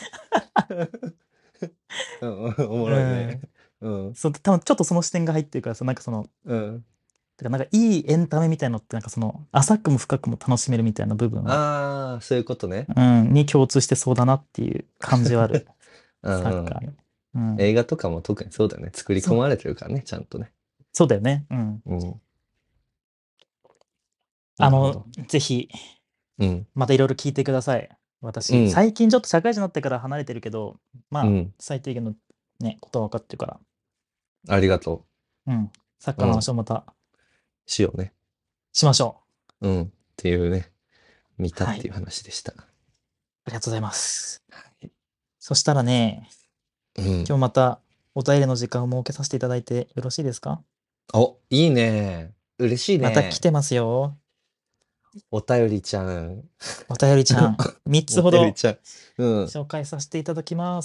おもろいね。 そう、多分ちょっとその視点が入ってるからさ、なんかその、だからなんかいいエンタメみたいのって、なんかその、浅くも深くも楽しめるみたいな部分は。 ああ、そういうことね。 に共通してそうだなっていう感じはある。サッカー。 映画とかも特にそうだよね。作り込まれてるからね、ちゃんとね。 そうだよね。ぜひ、またいろいろ聞いてください。私、最近ちょっと社会人になってから離れてるけど、まあ、最低限のね、ことは分かってるから。 ありがとうん。サッカーの話をまたう。しようね。 しましょうん。っていうね、見う。はい。 たっていう話でした。 ありがとうございます。 はい。 そしたらね、 うん。 今日またお便りの時間を設けさせていただいてよろしいですか？ お、いいね。嬉しいまた来ね。 てますよ。 お便りちゃん。 お便りちゃん、3つおほど便りちゃん。うん。 紹介させていただきます。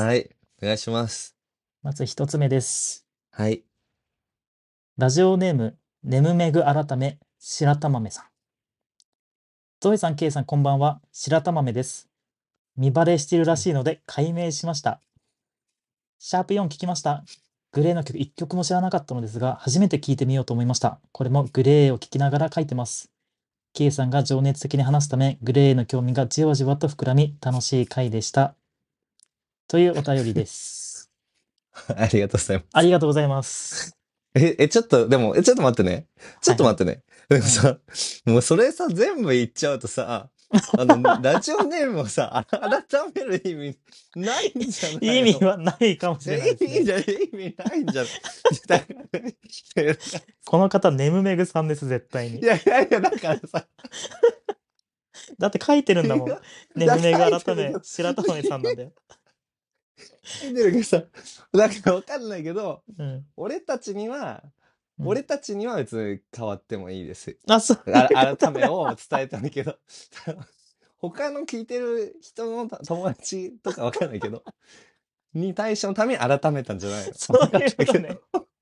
はい。お願いします。 まず1つ目です。 はい。 ラジオネーム、ねむめぐ改め、白玉豆さん。ゾエさん、ケイさん、こんばんは。白玉豆です。見バレしているらしいので解明しました。シャープ4聞きました。グレーの曲1曲も知らなかったのですが、初めて聞いてみようと思いました。これもグレーを聞きながら書いてます。ケイさんが情熱的に話すため、グレーの興味がじわじわと膨らみ、楽しい回でした。というお便りです。 ありがとうございます。 ありがとうございます。 ちょっと、でも、ちょっと待ってね。ちょっと待ってね。でもうんさ、もうそれさ、全部言っちゃうとさ、ラジオネームをさ、改める意味ないんじゃないの？ 意味はないかもしれないですね。 意味ないんじゃないこの方、ねむめぐさんです、絶対に。 いや、だからさ、 だって書いてるんだもん。ねむめぐ改め、 書いてるよ白玉豆さんなんだよ。 書いてるけどさ、だからわかんないけど、 うん。 俺たちにはうん別に変わってもいいです。 あ、そう。 改めを伝えたんだけど、他の聞いてる人の友達とかわかんないけど、に対してのために改めたんじゃないの？ そういうことね。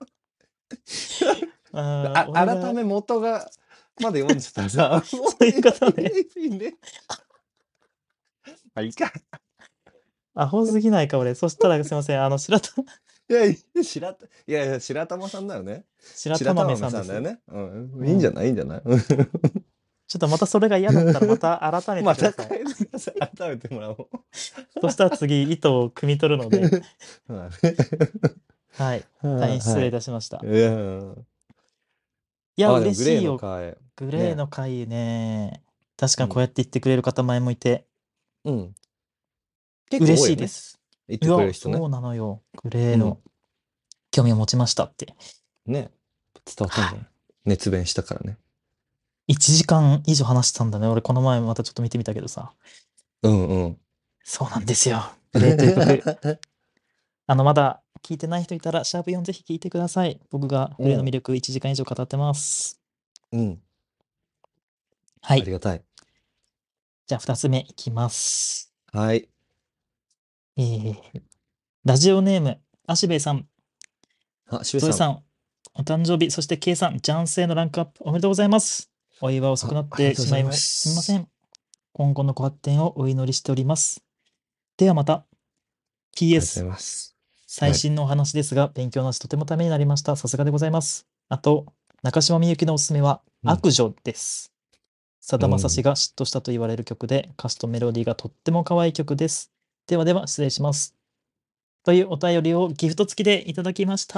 改め元が、まだ読んじゃったらさ、 そういうことね。 まあ、いいか。 アホすぎないか、俺。そしたらすいません。白玉さんだよね。 白玉豆さんです。 白玉さんだよね。うん。いいんじゃない？いいんじゃない？ ちょっとまたそれが嫌だったらまた改めてまください。 た変えてください。改めてもらおう。 そしたら次、意図を汲み取るので。 まあね。 はい。大変失礼いたしました。 いやいや、 でもグレー嬉しいよ。 の回。 グレーの回ね。確かにうんこうやって言ってくれる方前もいて、 うん。結構嬉多いよね。 しいです。 言っていや、 くれる人ね。 そうなのよ。グレーのうん。 興味を持ちましたって。 ね。伝わったんじゃない？熱弁したからね。 1時間以上話してたんだね。俺この前またちょっと見てみたけどさ。 うんうん。 そうなんですよ。グレーという曲。まだ聞いてない人いたら、シャープ4ぜひ聞いてください。僕がグレーの魅力1時間以上語ってます。 うん。 はい。 ありがたい。 じゃあ2つ目いきます。 はい。 ラジオネーム、アシベイさん。 あ、しゅうさん。 ゾエさん、お誕生日、そして K さん、ジャンセイのランクアップおめでとうございます。お祝い遅くなってしまいすみません。今後のご発展をお祈りしております。ではまた。PS、最新のお話ですが、勉強のしとてもためになりました。さすがでございます。あと、中島みゆきのおすすめは、悪女です。さだまさしが嫉妬したと言われる曲で、歌詞とメロディーがとっても可愛い曲です。ではでは、失礼します。というお便りをギフト付きでいただきました。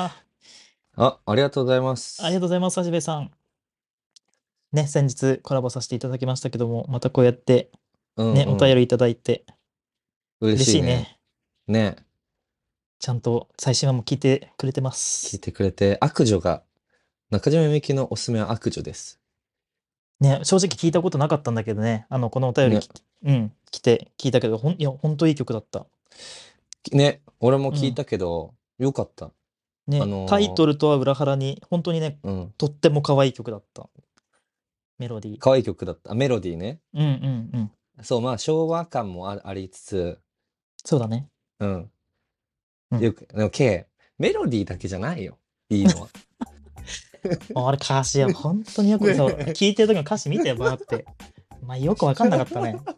ありがとうございます。 ありがとうございます、はじべさん。ね、先日コラボさせていただきましたけども、またこうやってね、お便りいただいて、嬉しいね。 ね。 ちゃんと最新話も聞いてくれてます。 聞いてくれて、悪女が、中島みゆきのおすすめは悪女です。 ね、正直聞いたことなかったんだけどね、このお便り、来て聞いたけど、いや、ほんといい曲だった。 ね、俺も聞いたけど、よかった。 ね、タイトルとは裏腹に、本当にね、とっても可愛い曲だった。メロディー。 可愛い曲だった。メロディーね。 うんうんうん。 そう、まあ昭和感もありつつ。 そうだね。 よく、でも K、メロディーだけじゃないよ。いいのは。 あれ歌詞は本当によく、そう、聞いてる時の歌詞見てばーって。まあよくわかんなかったね。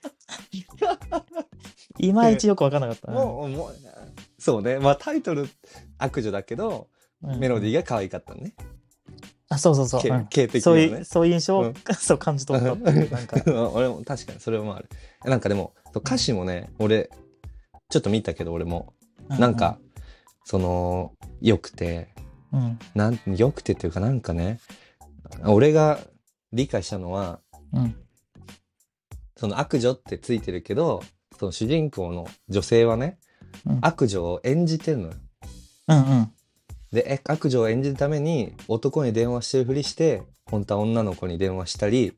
いまいちよくわかんなかったね。 そうね。まあタイトル悪女だけど、メロディーが可愛かったね。 あ、そうそうそう。 K 的そうにね。 いう印象を、そう感じ取ったっていう。なんか。 俺も確かにそれもある。なんかでも、歌詞もね、俺、ちょっと見たけど俺も。なんか、良くて、良くてっていうかなんかね、俺が理解したのは、その悪女ってついてるけど、その主人公の女性はね、悪女を演じてるのよ。 で、悪女を演じるために男に電話してるふりして、本当は女の子に電話したり、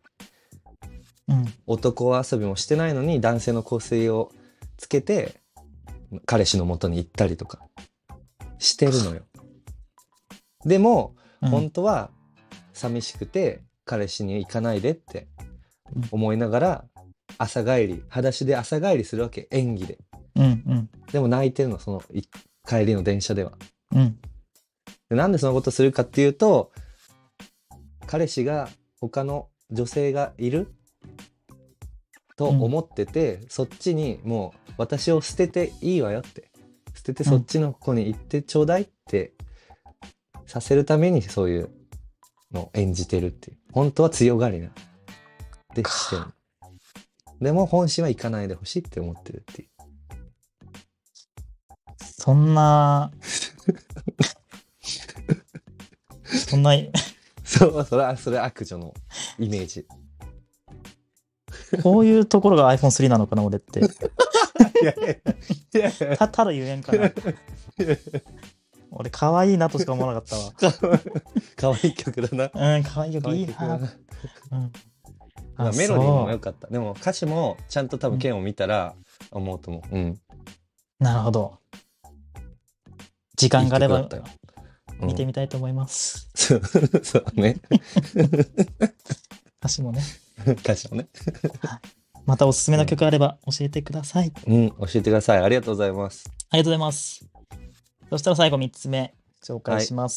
男遊びもしてないのに男性の香水をつけて、彼氏の元に行ったりとかしてるのよ。でも、本当は寂しくて彼氏に行かないでって思いながら朝帰り、裸足で朝帰りするわけ、演技で。でも泣いてるの、その帰りの電車では。でなんでそのことするかっていうと、彼氏が他の女性がいると思ってて、そっちにもう私を捨てていいわよって、捨ててそっちの子に行ってちょうだいってさせるためにそういうのを演じてるっていう。本当は強がりなでしてる。でも本心は行かないでほしいって思ってるっていう。 そんなそれ悪女のイメージ。 こういうところが iPhone3 なのかな、俺って。ただ言えんかな。俺、可愛いなとしか思わなかったわ。 可愛い曲だな。 可愛い曲いいな。 メロディーも良かった。でも歌詞もちゃんと多分剣を見たら思うと思う。 なるほど。時間があれば見てみたいと思います。 そうね。 歌詞もね。 歌詞もね。 またおすすめの曲あれば教えてください。 教えてください。ありがとうございます。 ありがとうございます。そしたら最後3つ目紹介します。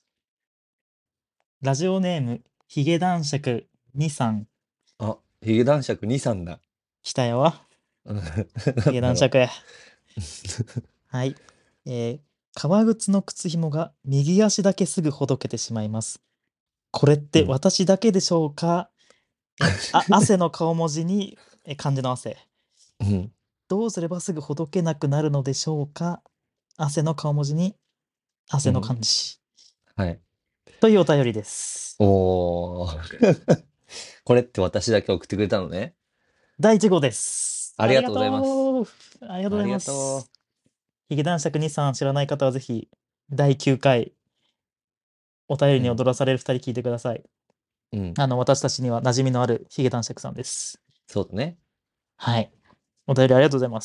ラジオネームヒゲ男爵2さん。 あ、ヒゲ男爵2さんだ。 来たよ。ヒゲ男爵。はい。革靴の靴紐が右足だけすぐほどけてしまいます。これって私だけでしょうか？汗の顔文字に漢字の汗。どうすればすぐほどけなくなるのでしょうか？汗の顔文字に汗の漢字。 はい。 というお便りです。 おー。これって私だけ送ってくれたのね。 第1号です。 ありがとうございます。 ありがとうございます。ヒゲ男爵2さん知らない方はぜひ第9回お便りに踊らされる2人聞いてください。私たちには馴染みのあるヒゲ男爵さんです。 そうだね。 はい。お便りありがとうございます。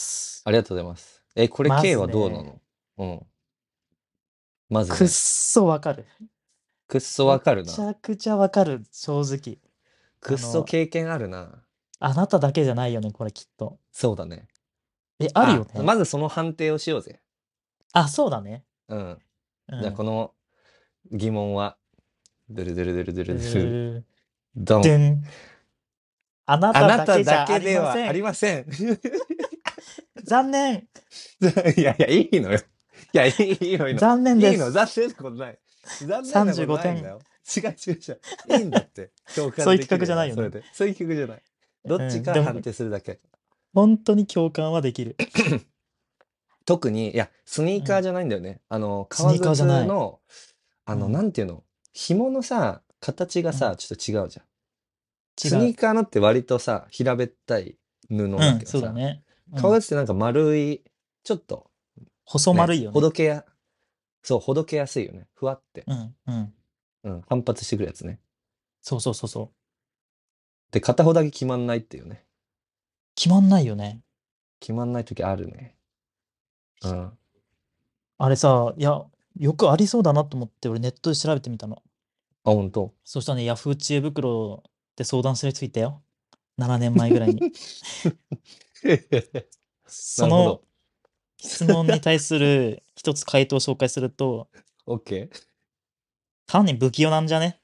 ありがとうございます。これ K はどうなの？まずね。 くっそわかる。 くっそわかるな。 めちゃくちゃわかる、正直。 くっそ経験あるな。 あなただけじゃないよね、これきっと。 そうだね。 あるよね。 まずその判定をしようぜ。 そうだね。 じゃあこの疑問は、ドゥルドゥルドゥルドゥルドゥル。ドン。 あなただけではありません。 残念。 いや、いいのよ。いや、いいのよ。 残念です。 いいの、残念なことない。残念なことないんだよ。違う。いいんだって。共感そういう企画じゃないよね。 そういう企画じゃない。どっちか判定するだけ。 本当に共感はできる。 特に、いや、スニーカーじゃないんだよね。革靴の、なんていうの、紐のさ、形がさ、ちょっと違うじゃん。スニーカーのって割とさ、平べったい布だけどさ、 そうだね。 革靴ってなんか丸い、ちょっと、 細丸いよね。 ほどけやすいよね。ふわって。反発してくるやつね。 そう。 で、片方だけ決まんないっていうね。 決まんないよね。 決まんない時あるね。 あれさ、いや、よくありそうだなと思って俺ネットで調べてみたの。 本当？ そしたらね、ヤフー知恵袋で相談する人いたよ。7年前ぐらいに。その質問に対する一つ回答を紹介すると、 OK。 単に不器用なんじゃね？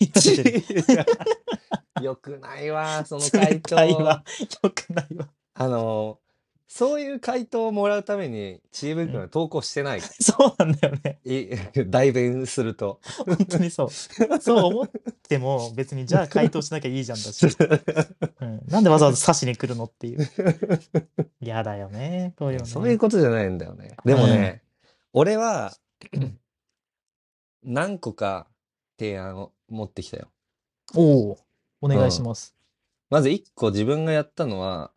よくないわ、その回答。 よくないわ。 そういう回答をもらうために知恵袋に投稿してない。 そうなんだよね。 代弁すると。 本当にそう。そう思っても別にじゃあ回答しなきゃいいじゃんだし。なんでわざわざ刺しに来るのっていう。嫌だよね。こういうのね。 そういうことじゃないんだよね。でもね、俺は何個か提案を持ってきたよ。 お願いします。 まず1個自分がやったのは、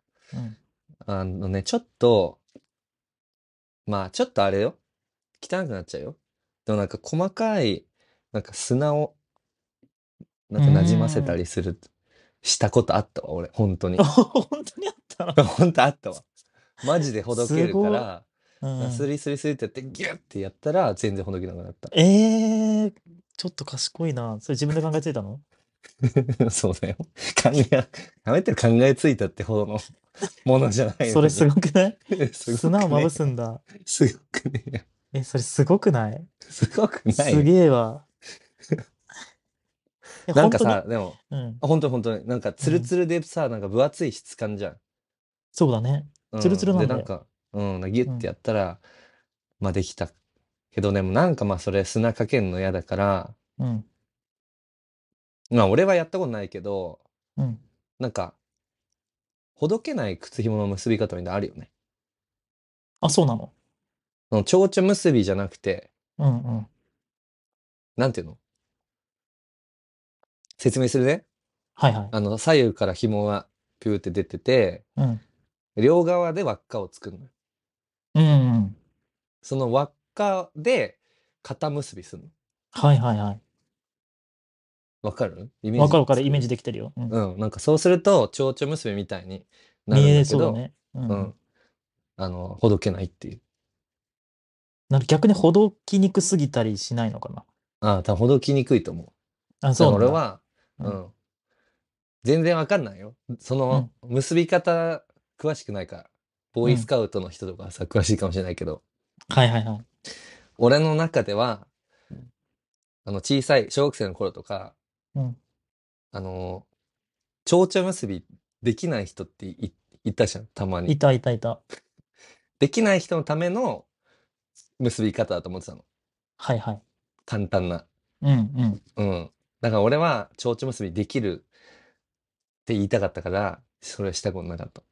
ちょっとあれよ。汚くなっちゃうよ。 でもなんか細かい、なんか砂をなうーんか馴染ませたん。 りしたことあったわ、俺、本当に。 本当にあったの？ 本当あったわ。マジでほどけるかすごい。 ら、 うんうん。 スリスリスリってやって、ギュッてやったら、全然ほどけなくなった。 ええ、ちょっと賢いな。それ自分で考えついたの？ そうだよ。考え、やめて考えついたってほどのものじゃないそれすのに。 ごくない？ すご砂をまぶくねえよ。 すんだ。 すごくねえよ。 え、それすごくない？ すごくないすよ。 げえわ。え、本当に？ なんかさ、でも、 うん。 本当に本当に、なんかツルうん。 ツルでさ、なんか分厚い質感じゃん。 そうだね。ツルツルうん。で、 なんだよ。 なんか、ギュッてうん。 やったら、まあできた。けどでもなんかまあそれ砂かけんの嫌だから、 うん。 まあ俺はやったことないけど、 うん。 なんか、ほどけない靴紐の結び方みたいなのあるよね。 あ、そうなの？ その蝶々結びじゃなくて、 うんうん。 なんていうの説明するね。 はいはい。 左右から紐がピューって出てて、 うん。 両側で輪っかを作るのよ。 うんうん。 その輪っかで肩結びするの。 はいはいはい。 わかるイメーわかるわかる。イメージつく。 ジできてるよ。うん。 なんかそうすると、蝶々結びみたいになるん見えだけど、 そうだね。うんうん。 うん。ほどけないっていう。 逆にほどきにくすぎたりしないのかな？ ああ、多分ほどきにくいと思う。 あ、 だかそうなんだ。 ら俺は、 うん。 うん。全然わかんないよ。その、 うん。 結び方、詳しくないから。ボーイスうん。 カウトの人とかはさ、詳しいかもしれないけど、 はいはいはい。 俺の中では、小さい、小学生の頃とか、 うん。 あの、蝶々結びできない人っていたじゃん、たまに。 いたいたいた。 できない人のための結び方だと思ってたの。 はいはい。 簡単な。 うんうん。 うん。だから俺は蝶々結びできるって言いたかったから、それはしたことなかった。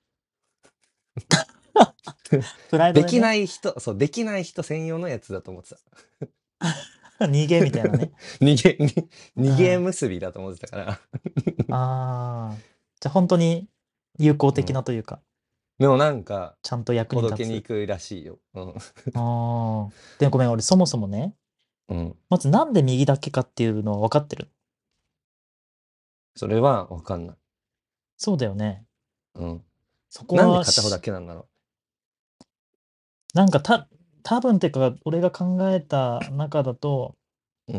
プライドできなでね。 い人、そう、できない人専用のやつだと思ってた。 逃げみたいなね。 逃げうん。 結びだと思ってたから。 ああ。じゃ、ほんとに有効的うん。 なというか、 でもなんか、 ちゃんと役ほに立つ。 どけにくいらしいよ。うん。 ああ。でもごめん、俺そもそもね、 うん。 まずなんで右だけかっていうのは分かってる？ それはわかんない。 そうだよね。 うん。 そこなんで片方だはけなんだろなんか多分ってか、俺が考えた中だと、 う。うん。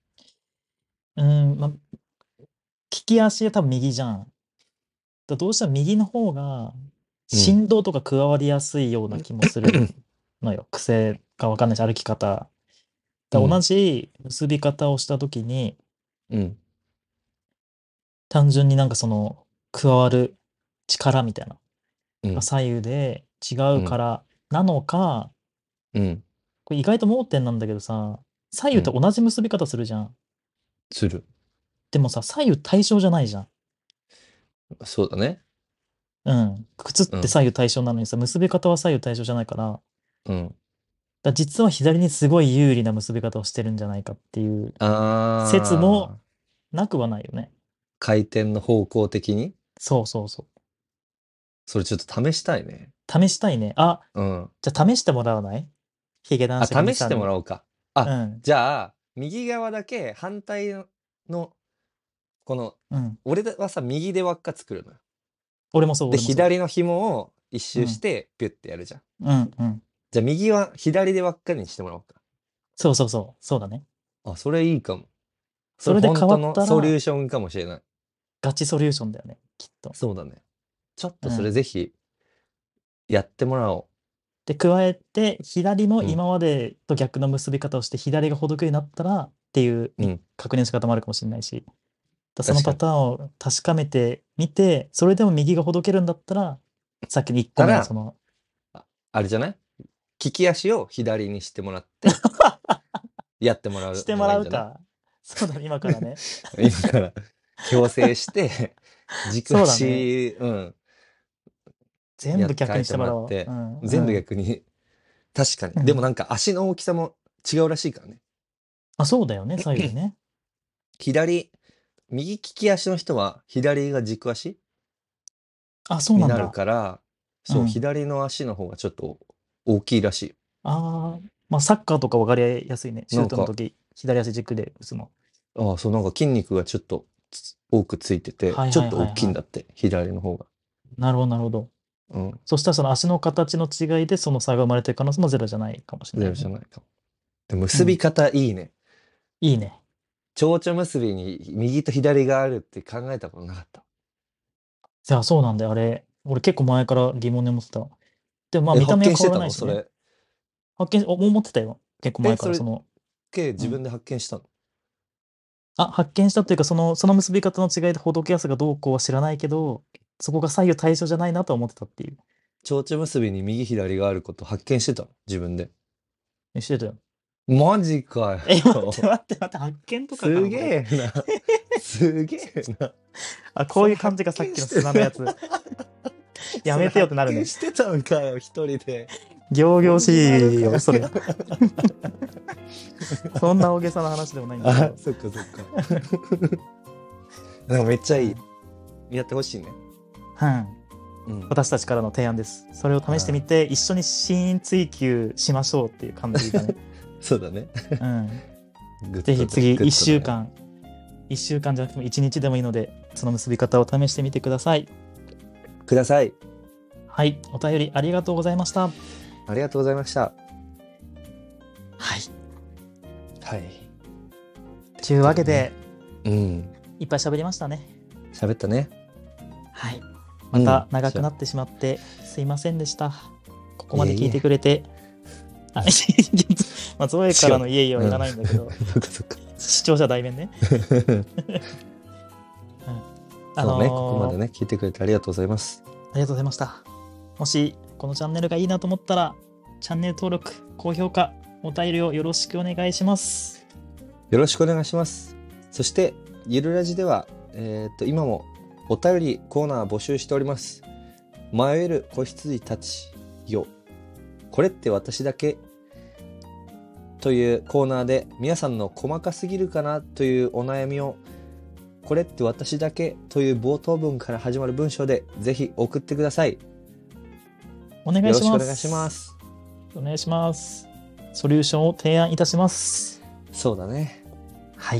ま、利き足が多分右じゃん。どうしても右の方が、 うん。 振動とか加わりやすいような気もするのよ。癖か分かんないし、歩き方。同うん。 じ結び方をした時に、 うん。 単純になんかその、加わる力みたいな、 うん。 が左右で違うん。 うからなのか、 うん。 これ意外と盲点なんだけどさ、左右ってうん。 同じ結び方するじゃん。 する。 でもさ、左右対称じゃないじゃん。 そうだね。 うん。靴っうん。 て左右対称なのにさ、結び方は左右対称じゃないから、 うん。 実は左にすごい有利な結び方をしてるんじゃないかっていう説もあー、 なくはないよね。 回転の方向的にそうそうそう。 それちょっと試したいね。 試したいね。あ、 うん。 じゃあ試してもらわない？ヒゲ男あ、 爵兄試してもさんに。 らおうか。あ、 うん、 じゃあ、右側だけ反対の、この、 うん。 俺はさ、右で輪っか作るのよ。 俺もそう、 で、 俺もそ左の紐を一う。うん、 周して、ピュッてやるじゃん。 うん、うん。 じゃあ、右は左で輪っかにしてもらおうか。 そうそうそう、そうだね。 あ、それいいかも。それそれで変わっ本当のソリュたら、 ーションかもしれない。 ガチソリューションだよね、きっと。 そうだね。ちょっとそれうん。 ぜひやってもらおで、加えて、左もう。うん。 今までと逆の結び方をして、左がほどくようになったらっていううん。 確認の仕方もあるかもしれないし、その確かに。 パターンを確かめてみて、それでも右がほどけるんだったら、さっきの1個目のたら、 その、 あれじゃない？利き足を左にしてもらって、やってもらうしてものがいいんじゃない？ らうか。そうだね、今からね。 今から強制して軸そうだね。 足、 全部逆にし変えてもてもらおう。うらって、 ん、う全部ん、 逆に、確かに。 うん。 でもなんか足の大きさも違うらしいからね。 あ、そうだよね、左右ね。 左、右利き足の人は左が軸足あ、そうになるなんだ。 から、そう、 うん。 左の足の方がちょっと大きいらしい。 ああ、 まあ、サッカーとか分かりやすいね。シュなんか、 ートの時、左足軸で打つの。 そう、なんか筋肉がちょっと多くついてて、 はいちょっと大はいはいはい。 きいんだって、左の方が。 なるほどなるほど。 うん。 そしたらその足の形の違いでその差が生まれてる可能性もゼロじゃないかもしれなゼいよね。 ロじゃないかも。で、結びうん。 方いいね。 いいね。 蝶々結びに右と左があるって考えたことなかった。 じゃあそうなんだよ、あれ。俺結構前から疑問に思ってた。でもまあ見た発目は変わ見してたのらないしね。 それ。 思ってたよ。結構前かそれ、 らその、うん。 自分で発見したの？ 発見したっていうか、その結び方の違いでほどけやすさがどうこうは知らないけど、そこが左右対称じゃないなとは思ってたっていう。 蝶々結びに右左があること発見してたの自分で。 してたよ。 マジかよ。 発見とかかすな、これ。 げえな。すげえな。 こういう感じがさっきの砂のやつ。やめてよってなるね。 発見してたんかよ、一人で。 仰々しいよ、それ。そんな大げさな話でもないんだけど。 そっかそっか。でもめっちゃいい。やってほしいね。 うん。私たちからの提案です。それを試してみて、一緒に真追求しましょうっていう感じだね。 そうだね。 ぜひ次、1週間じゃなくても1日でもいいので、その結び方を試してみてください。はい。お便りありがとうございました。 ありがとうございました。 はい。 はい。 というわけで、 いっぱい喋りましたね。 喋ったね。 はい。また長くなってしまってすいませんでした。ここまで聞いてくれて。ゾエからのいえいえはいらないんだけど。視聴者代弁ね。 そうね、ここまでね、聞いてくれてありがとうございます。 ありがとうございました。もし、このチャンネルがいいなと思ったら、チャンネル登録、高評価、お便りをよろしくお願いします。 よろしくお願いします。そして、ゆるラジでは、今もお便りコーナー募集しております。迷える子羊たちよ。これって私だけというコーナーで皆さんの細かすぎるかなというお悩みをこれって私だけという冒頭文から始まる文章でぜひ送ってください。 お願いします。 よろしくお願いします。 お願いします。ソリューションを提案いたします。 そうだね。 はい。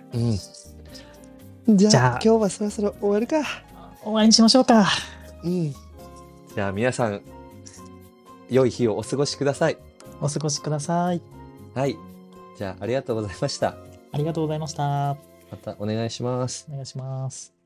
じゃあ今日はそろそろ終わるか。 終わりにしましょうか。 じゃあ皆さん良い日をお過ごしください。 お過ごしください。 はい。じゃあありがとうございました。 ありがとうございました。 またお願いします。 お願いします。